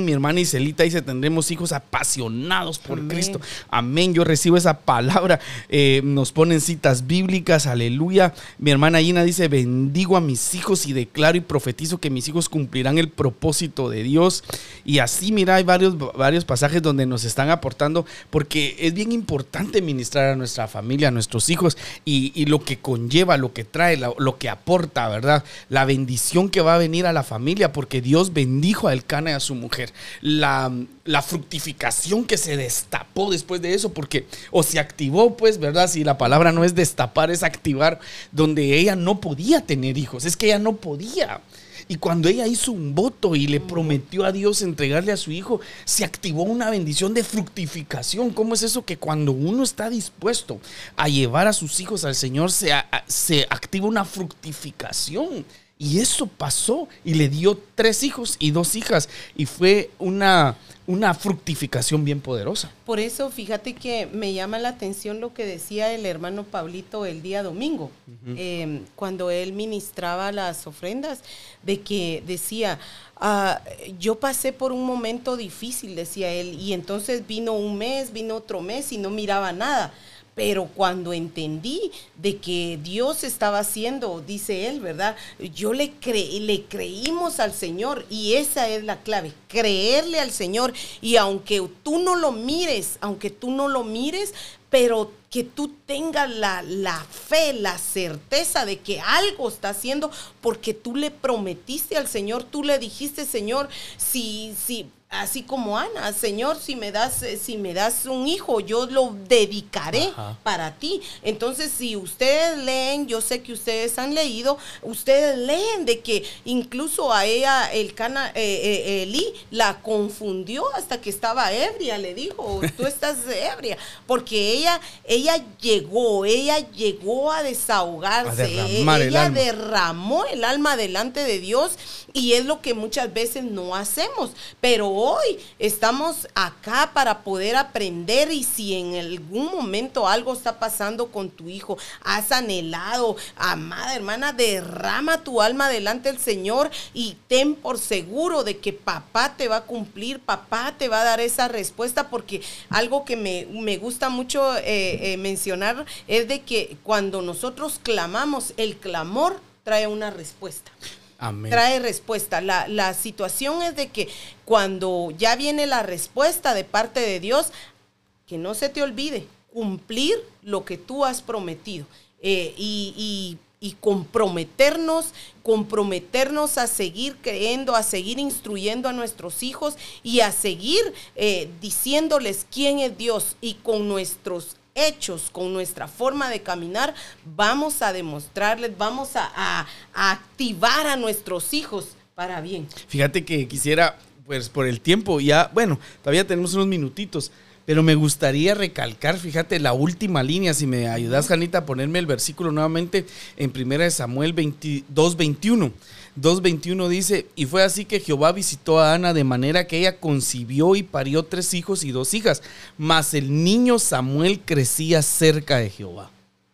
Iselita dice, tendremos hijos apasionados por Amén. Cristo. Amén, yo recibo esa palabra. Eh, nos ponen citas bíblicas, aleluya. Mi hermana Gina dice, bendigo a mis hijos y declaro y profetizo que mis hijos cumplirán el propósito de Dios. Y así, mira, hay varios, varios pasajes donde nos están aportando, porque es bien importante ministrar a nuestra familia, a nuestros hijos, y, y lo que conlleva, lo que trae, lo, lo que aporta, ¿verdad? La bendición que va a venir a la familia, porque Dios bendijo a Elcana y a su mujer. La, la fructificación que se destapó después de eso, porque, o se activó, pues, ¿verdad? Si la palabra no es destapar, es activar, donde ella no podía tener hijos, es que ella no podía. Y cuando ella hizo un voto y le prometió a Dios entregarle a su hijo, se activó una bendición de fructificación. ¿Cómo es eso? Que cuando uno está dispuesto a llevar a sus hijos al Señor, se, a, se activa una fructificación. Y eso pasó, y le dio tres hijos y dos hijas, y fue una, una fructificación bien poderosa. Por eso, fíjate que me llama la atención lo que decía el hermano Pablito el día domingo, uh-huh. eh, cuando él ministraba las ofrendas, de que decía, uh, yo pasé por un momento difícil, decía él, y entonces vino un mes, vino otro mes y no miraba nada. Pero cuando entendí de que Dios estaba haciendo, dice él, ¿verdad? Yo le creí, le creímos al Señor, y esa es la clave, creerle al Señor. Y aunque tú no lo mires, aunque tú no lo mires, pero que tú tengas la, la fe, la certeza de que algo está haciendo, porque tú le prometiste al Señor, tú le dijiste, Señor, si, si, así como Ana, Señor, si me das, si me das un hijo, yo lo dedicaré Ajá. para ti. Entonces, si ustedes leen, yo sé que ustedes han leído, ustedes leen de que incluso a ella, el cana, eh, eh, Elí, la confundió hasta que estaba ebria, le dijo, tú estás ebria, porque ella, ella llegó, ella llegó a desahogarse, a ella el derramó el alma delante de Dios, y es lo que muchas veces no hacemos, pero hoy estamos acá para poder aprender. Y si en algún momento algo está pasando con tu hijo, has anhelado, amada hermana, derrama tu alma delante del Señor y ten por seguro de que papá te va a cumplir, papá te va a dar esa respuesta, porque algo que me, me gusta mucho eh, eh, mencionar es de que cuando nosotros clamamos, el clamor trae una respuesta. Amén. Trae respuesta. La, la situación es de que cuando ya viene la respuesta de parte de Dios, que no se te olvide cumplir lo que tú has prometido, eh, y, y, y comprometernos, comprometernos a seguir creyendo, a seguir instruyendo a nuestros hijos y a seguir eh, diciéndoles quién es Dios, y con nuestros hechos, con nuestra forma de caminar, vamos a demostrarles, vamos a, a, a activar a nuestros hijos para bien. Fíjate que quisiera, pues por el tiempo, ya, bueno, todavía tenemos unos minutitos, pero me gustaría recalcar, fíjate, la última línea, si me ayudas, Janita, a ponerme el versículo nuevamente en primera de Samuel veintidós veintiuno. dos veintiuno dice, y fue así que Jehová visitó a Ana de manera que ella concibió y parió tres hijos y dos hijas, mas el niño Samuel crecía cerca de Jehová.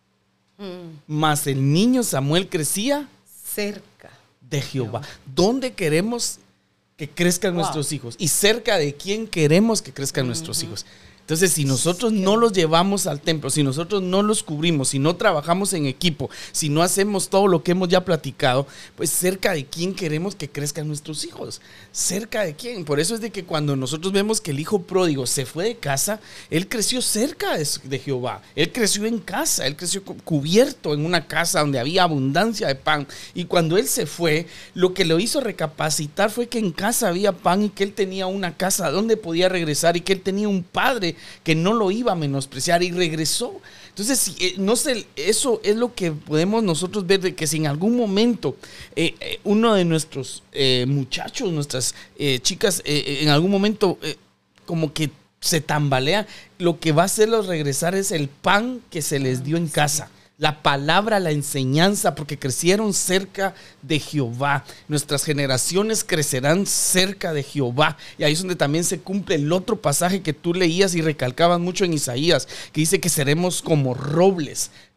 Mm. Mas el niño Samuel crecía cerca de Jehová. ¿Dónde queremos que crezcan wow. nuestros hijos? ¿Y cerca de quién queremos que crezcan uh-huh. nuestros hijos? Entonces, si nosotros no los llevamos al templo, si nosotros no los cubrimos, si no trabajamos en equipo, si no hacemos todo lo que hemos ya platicado, pues cerca de quién queremos que crezcan nuestros hijos. ¿Cerca de quién? Por eso es de que cuando nosotros vemos que el hijo pródigo se fue de casa, él creció cerca de, de Jehová. Él creció en casa, él creció cubierto en una casa donde había abundancia de pan. Y cuando él se fue, lo que lo hizo recapacitar fue que en casa había pan y que él tenía una casa donde podía regresar y que él tenía un padre que no lo iba a menospreciar, y regresó. Entonces, eh, no sé, eso es lo que podemos nosotros ver, de que si en algún momento eh, eh, uno de nuestros eh, muchachos, nuestras eh, chicas, eh, en algún momento eh, como que se tambalea, lo que va a hacerlos regresar es el pan que se les dio en casa. La palabra, la enseñanza, porque crecieron cerca de Jehová. Nuestras generaciones crecerán cerca de Jehová. Y ahí es donde también se cumple el otro pasaje que tú leías y recalcabas mucho en Isaías, que dice que seremos como robles,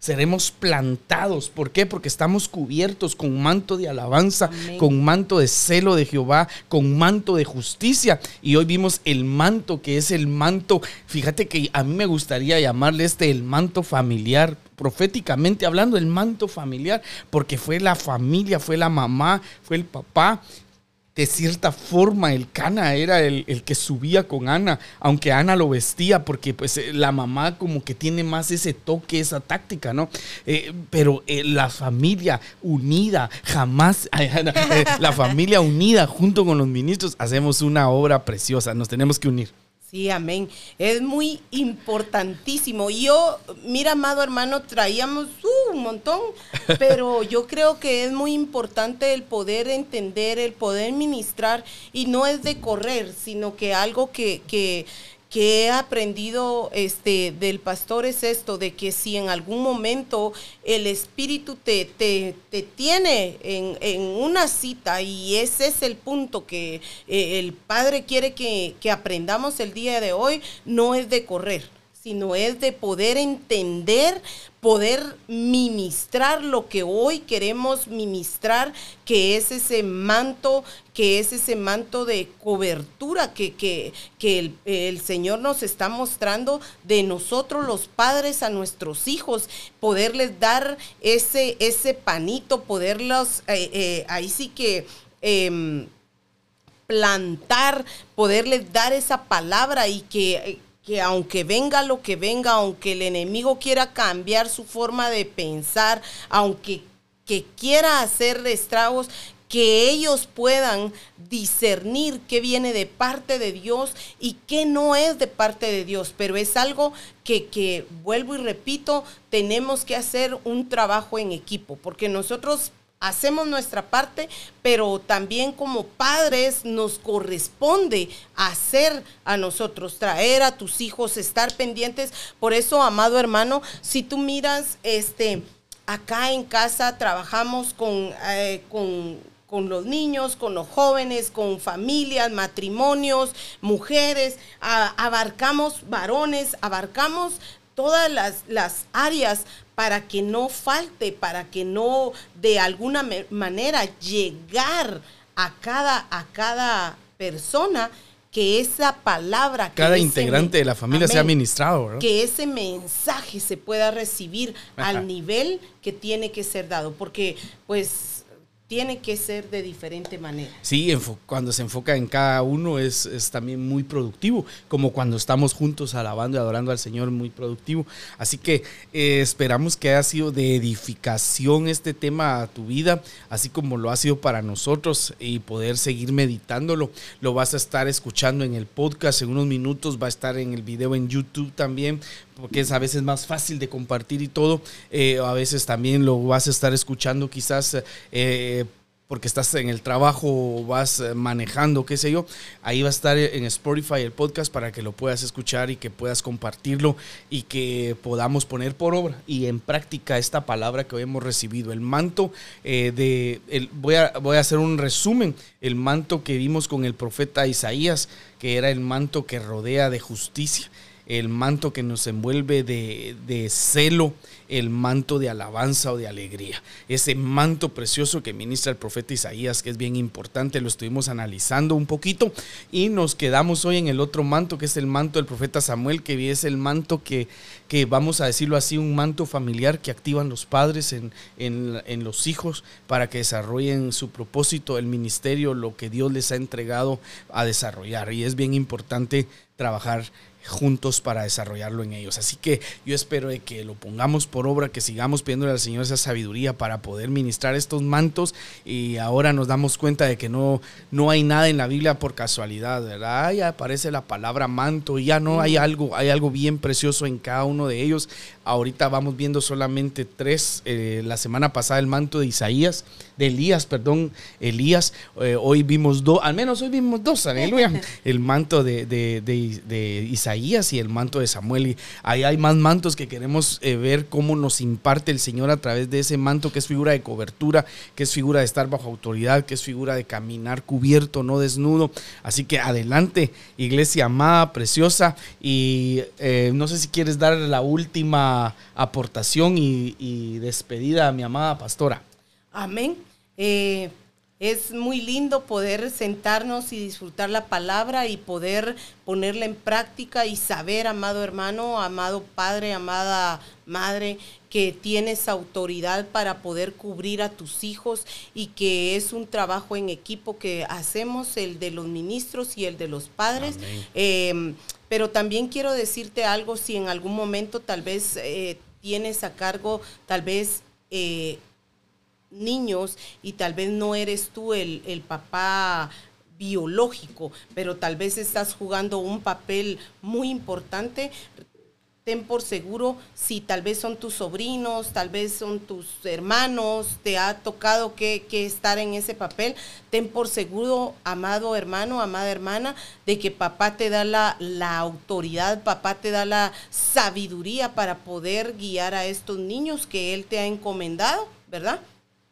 seremos plantados. ¿Por qué? Porque estamos cubiertos con manto de alabanza, Amén. Con manto de celo de Jehová, con manto de justicia. Y hoy vimos el manto, que es el manto, fíjate que a mí me gustaría llamarle este el manto familiar, proféticamente hablando, el manto familiar, porque fue la familia, fue la mamá, fue el papá. De cierta forma el Cana era el, el que subía con Ana, aunque Ana lo vestía, porque pues la mamá como que tiene más ese toque, esa táctica, ¿no? Eh, pero eh, la familia unida, jamás, eh, la familia unida junto con los ministros, hacemos una obra preciosa, nos tenemos que unir. Sí, amén. Es muy importantísimo. Yo, mira, amado hermano, traíamos uh, un montón, pero yo creo que es muy importante el poder entender, el poder ministrar, y no es de correr, sino que algo que, que, que he aprendido este, del pastor es esto, de que si en algún momento el Espíritu te, te, te tiene en, en una cita, y ese es el punto que eh, el Padre quiere que, que aprendamos el día de hoy, no es de correr, sino es de poder entender, poder ministrar lo que hoy queremos ministrar, que es ese manto, que es ese manto de cobertura que, que, que el, el Señor nos está mostrando de nosotros los padres a nuestros hijos, poderles dar ese, ese panito, poderlos, eh, eh, ahí sí que... Eh, plantar, poderles dar esa palabra, y que, que aunque venga lo que venga, aunque el enemigo quiera cambiar su forma de pensar, aunque que quiera hacer estragos, que ellos puedan discernir qué viene de parte de Dios y qué no es de parte de Dios. Pero es algo que, que, vuelvo y repito, tenemos que hacer un trabajo en equipo, porque nosotros hacemos nuestra parte, pero también como padres nos corresponde hacer a nosotros, traer a tus hijos, estar pendientes. Por eso, amado hermano, si tú miras, este, acá en casa trabajamos con, eh, con, con los niños, con los jóvenes, con familias, matrimonios, mujeres, a, abarcamos varones, abarcamos todas las, las áreas, para que no falte, para que no de alguna manera llegar a cada, a cada persona, que esa palabra, cada que integrante ese, de la familia amén, sea ministrado, ¿verdad? Que ese mensaje se pueda recibir Ajá. al nivel que tiene que ser dado, porque pues tiene que ser de diferente manera. Sí, cuando se enfoca en cada uno es, es también muy productivo, como cuando estamos juntos alabando y adorando al Señor, muy productivo. Así que eh, esperamos que haya sido de edificación este tema a tu vida, así como lo ha sido para nosotros, y poder seguir meditándolo. Lo vas a estar escuchando en el podcast en unos minutos, va a estar en el video en YouTube también, porque es a veces más fácil de compartir y todo. Eh, a veces también lo vas a estar escuchando quizás eh, porque estás en el trabajo, vas manejando, qué sé yo. Ahí va a estar en Spotify el podcast para que lo puedas escuchar y que puedas compartirlo, y que podamos poner por obra y en práctica esta palabra que hoy hemos recibido. El manto eh, de... El, voy, a, voy a hacer un resumen. El manto que vimos con el profeta Isaías, que era el manto que rodea de justicia, el manto que nos envuelve de, de celo, el manto de alabanza o de alegría. Ese manto precioso que ministra el profeta Isaías, que es bien importante, lo estuvimos analizando un poquito, y nos quedamos hoy en el otro manto, que es el manto del profeta Samuel, que es el manto que, que vamos a decirlo así, un manto familiar que activan los padres en, en, en los hijos para que desarrollen su propósito, el ministerio, lo que Dios les ha entregado a desarrollar. Y es bien importante trabajar juntos para desarrollarlo en ellos. Así que yo espero de que lo pongamos por obra, que sigamos pidiéndole al Señor esa sabiduría para poder ministrar estos mantos, y ahora nos damos cuenta de que no, no hay nada en la Biblia por casualidad, ¿verdad? Ahí aparece la palabra manto y ya no, hay algo, hay algo bien precioso en cada uno de ellos. Ahorita vamos viendo solamente tres. Eh, la semana pasada el manto de Isaías, de Elías, perdón, Elías. Eh, hoy vimos dos, al menos hoy vimos dos, aleluya. El manto de, de, de, de Isaías y el manto de Samuel. Y ahí hay más mantos que queremos eh, ver cómo nos imparte el Señor a través de ese manto, que es figura de cobertura, que es figura de estar bajo autoridad, que es figura de caminar cubierto, no desnudo. Así que adelante, iglesia amada, preciosa. Y eh, no sé si quieres dar la última aportación y, y despedida a mi amada pastora. Amén. Eh, es muy lindo poder sentarnos y disfrutar la palabra y poder ponerla en práctica y saber, amado hermano, amado padre, amada madre, que tienes autoridad para poder cubrir a tus hijos y que es un trabajo en equipo que hacemos, el de los ministros y el de los padres. Eh, pero también quiero decirte algo, si en algún momento tal vez eh, tienes a cargo, tal vez... Eh, niños y tal vez no eres tú el, el papá biológico, pero tal vez estás jugando un papel muy importante. Ten por seguro, si tal vez son tus sobrinos, tal vez son tus hermanos, te ha tocado que, que estar en ese papel, ten por seguro, amado hermano, amada hermana, de que papá te da la, la autoridad, papá te da la sabiduría para poder guiar a estos niños que él te ha encomendado, ¿verdad?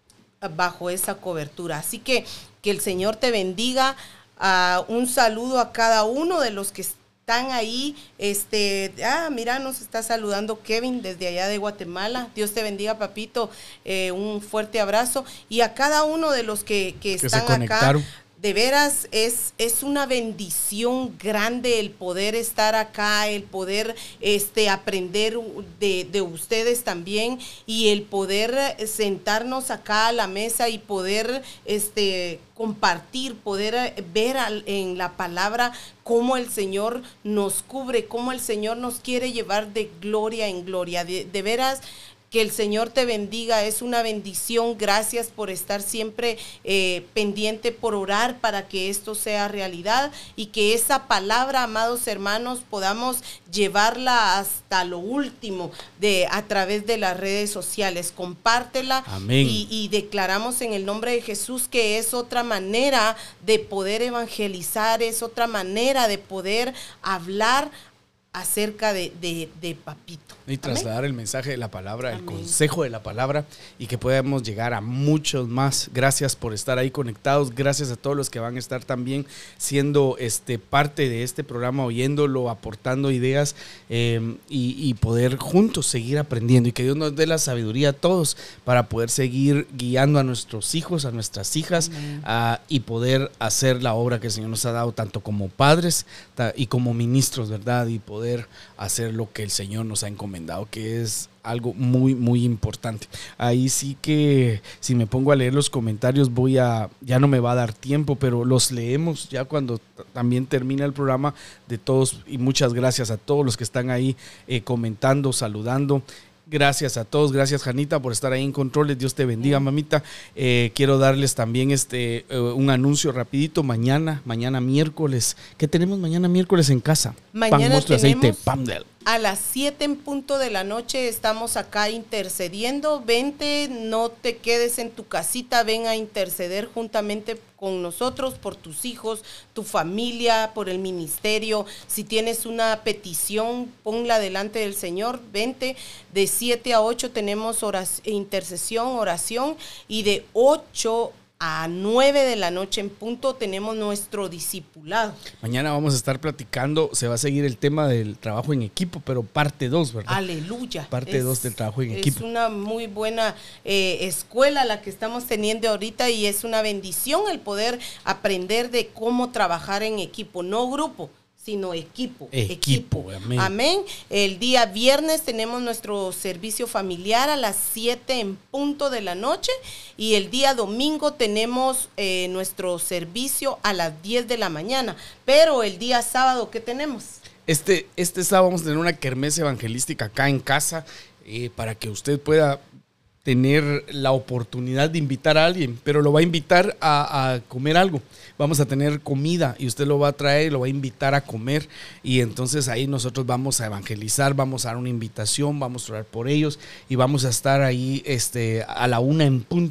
Bajo esa cobertura. Así que que el Señor te bendiga. Uh, un saludo a cada uno de los que están ahí. Este, ah, mira, nos está saludando Kevin desde allá de Guatemala. Dios te bendiga, papito. Eh, un fuerte abrazo. Y a cada uno de los que, que, que están acá. De veras, es, es una bendición grande el poder estar acá, el poder este, aprender de, de ustedes también y el poder sentarnos acá a la mesa y poder este, compartir, poder ver al, en la palabra cómo el Señor nos cubre, cómo el Señor nos quiere llevar de gloria en gloria. De, de veras, que el Señor te bendiga, es una bendición. Gracias por estar siempre eh, pendiente, por orar para que esto sea realidad y que esa palabra, amados hermanos, podamos llevarla hasta lo último de, a través de las redes sociales. Compártela. Amén. Y, y declaramos en el nombre de Jesús que es otra manera de poder evangelizar, es otra manera de poder hablar acerca de, de, de papito. Y trasladar el mensaje de la palabra, Amén. El consejo de la palabra y que podamos llegar a muchos más. Gracias por estar ahí conectados. Gracias a todos los que van a estar también siendo este, parte de este programa, oyéndolo, aportando ideas eh, y, y poder juntos seguir aprendiendo y que Dios nos dé la sabiduría a todos para poder seguir guiando a nuestros hijos, a nuestras hijas uh, y poder hacer la obra que el Señor nos ha dado tanto como padres ta, y como ministros, ¿verdad? Y poder hacer lo que el Señor nos ha encomendado, que es algo muy muy importante. Ahí sí que si me pongo a leer los comentarios voy a, ya no me va a dar tiempo, pero los leemos ya cuando también termina el programa de todos, y muchas gracias a todos los que están ahí eh, comentando, saludando. Gracias a todos, gracias Janita por estar ahí en controles, Dios te bendiga, mamita. Eh, quiero darles también este eh, un anuncio rapidito, mañana, mañana miércoles, ¿qué tenemos mañana miércoles en casa? Mañana Pan, tenemos aceite, Pamdel. A las siete en punto de la noche estamos acá intercediendo. Vente, no te quedes en tu casita, ven a interceder juntamente con nosotros por tus hijos, tu familia, por el ministerio. Si tienes una petición, ponla delante del Señor, vente. De siete a ocho tenemos oración, intercesión, oración, y de ocho a nueve de la noche en punto tenemos nuestro discipulado. Mañana vamos a estar platicando, se va a seguir el tema del trabajo en equipo, pero parte dos, ¿verdad? Aleluya. Parte dos del trabajo en es equipo. Es una muy buena eh, escuela la que estamos teniendo ahorita y es una bendición el poder aprender de cómo trabajar en equipo, no grupo, sino equipo. Equipo, equipo. Amén. Amén. El día viernes tenemos nuestro servicio familiar a las siete en punto de la noche y el día domingo tenemos eh, nuestro servicio a las diez de la mañana. Pero el día sábado, ¿qué tenemos? Este, este sábado vamos a tener una kermés evangelística acá en casa eh, para que usted pueda tener la oportunidad de invitar a alguien, pero lo va a invitar a, a comer algo. Vamos a tener comida y usted lo va a traer y lo va a invitar a comer, y entonces ahí nosotros vamos a evangelizar, vamos a dar una invitación, vamos a orar por ellos y vamos a estar ahí este, a la una en punto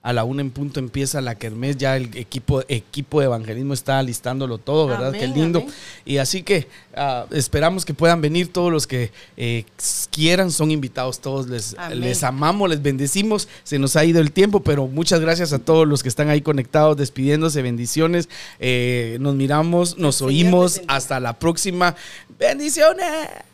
A la una en punto empieza la kermés. Ya el equipo, equipo de evangelismo está listándolo todo, ¿verdad? Amén, Qué lindo. amén. Y así que uh, esperamos que puedan venir todos los que eh, quieran. Son invitados todos. Les, les amamos, les bendecimos. Se nos ha ido el tiempo, pero muchas gracias a todos los que están ahí conectados, despidiéndose. Bendiciones. Eh, nos miramos, nos El oímos. Hasta la próxima. Bendiciones.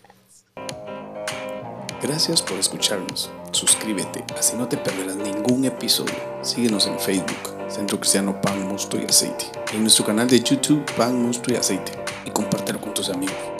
Gracias por escucharnos. Suscríbete, así no te perderás ningún episodio. Síguenos en Facebook, Centro Cristiano Pan, Mosto y Aceite. En nuestro canal de YouTube, Pan, Mosto y Aceite. Y compártelo con tus amigos.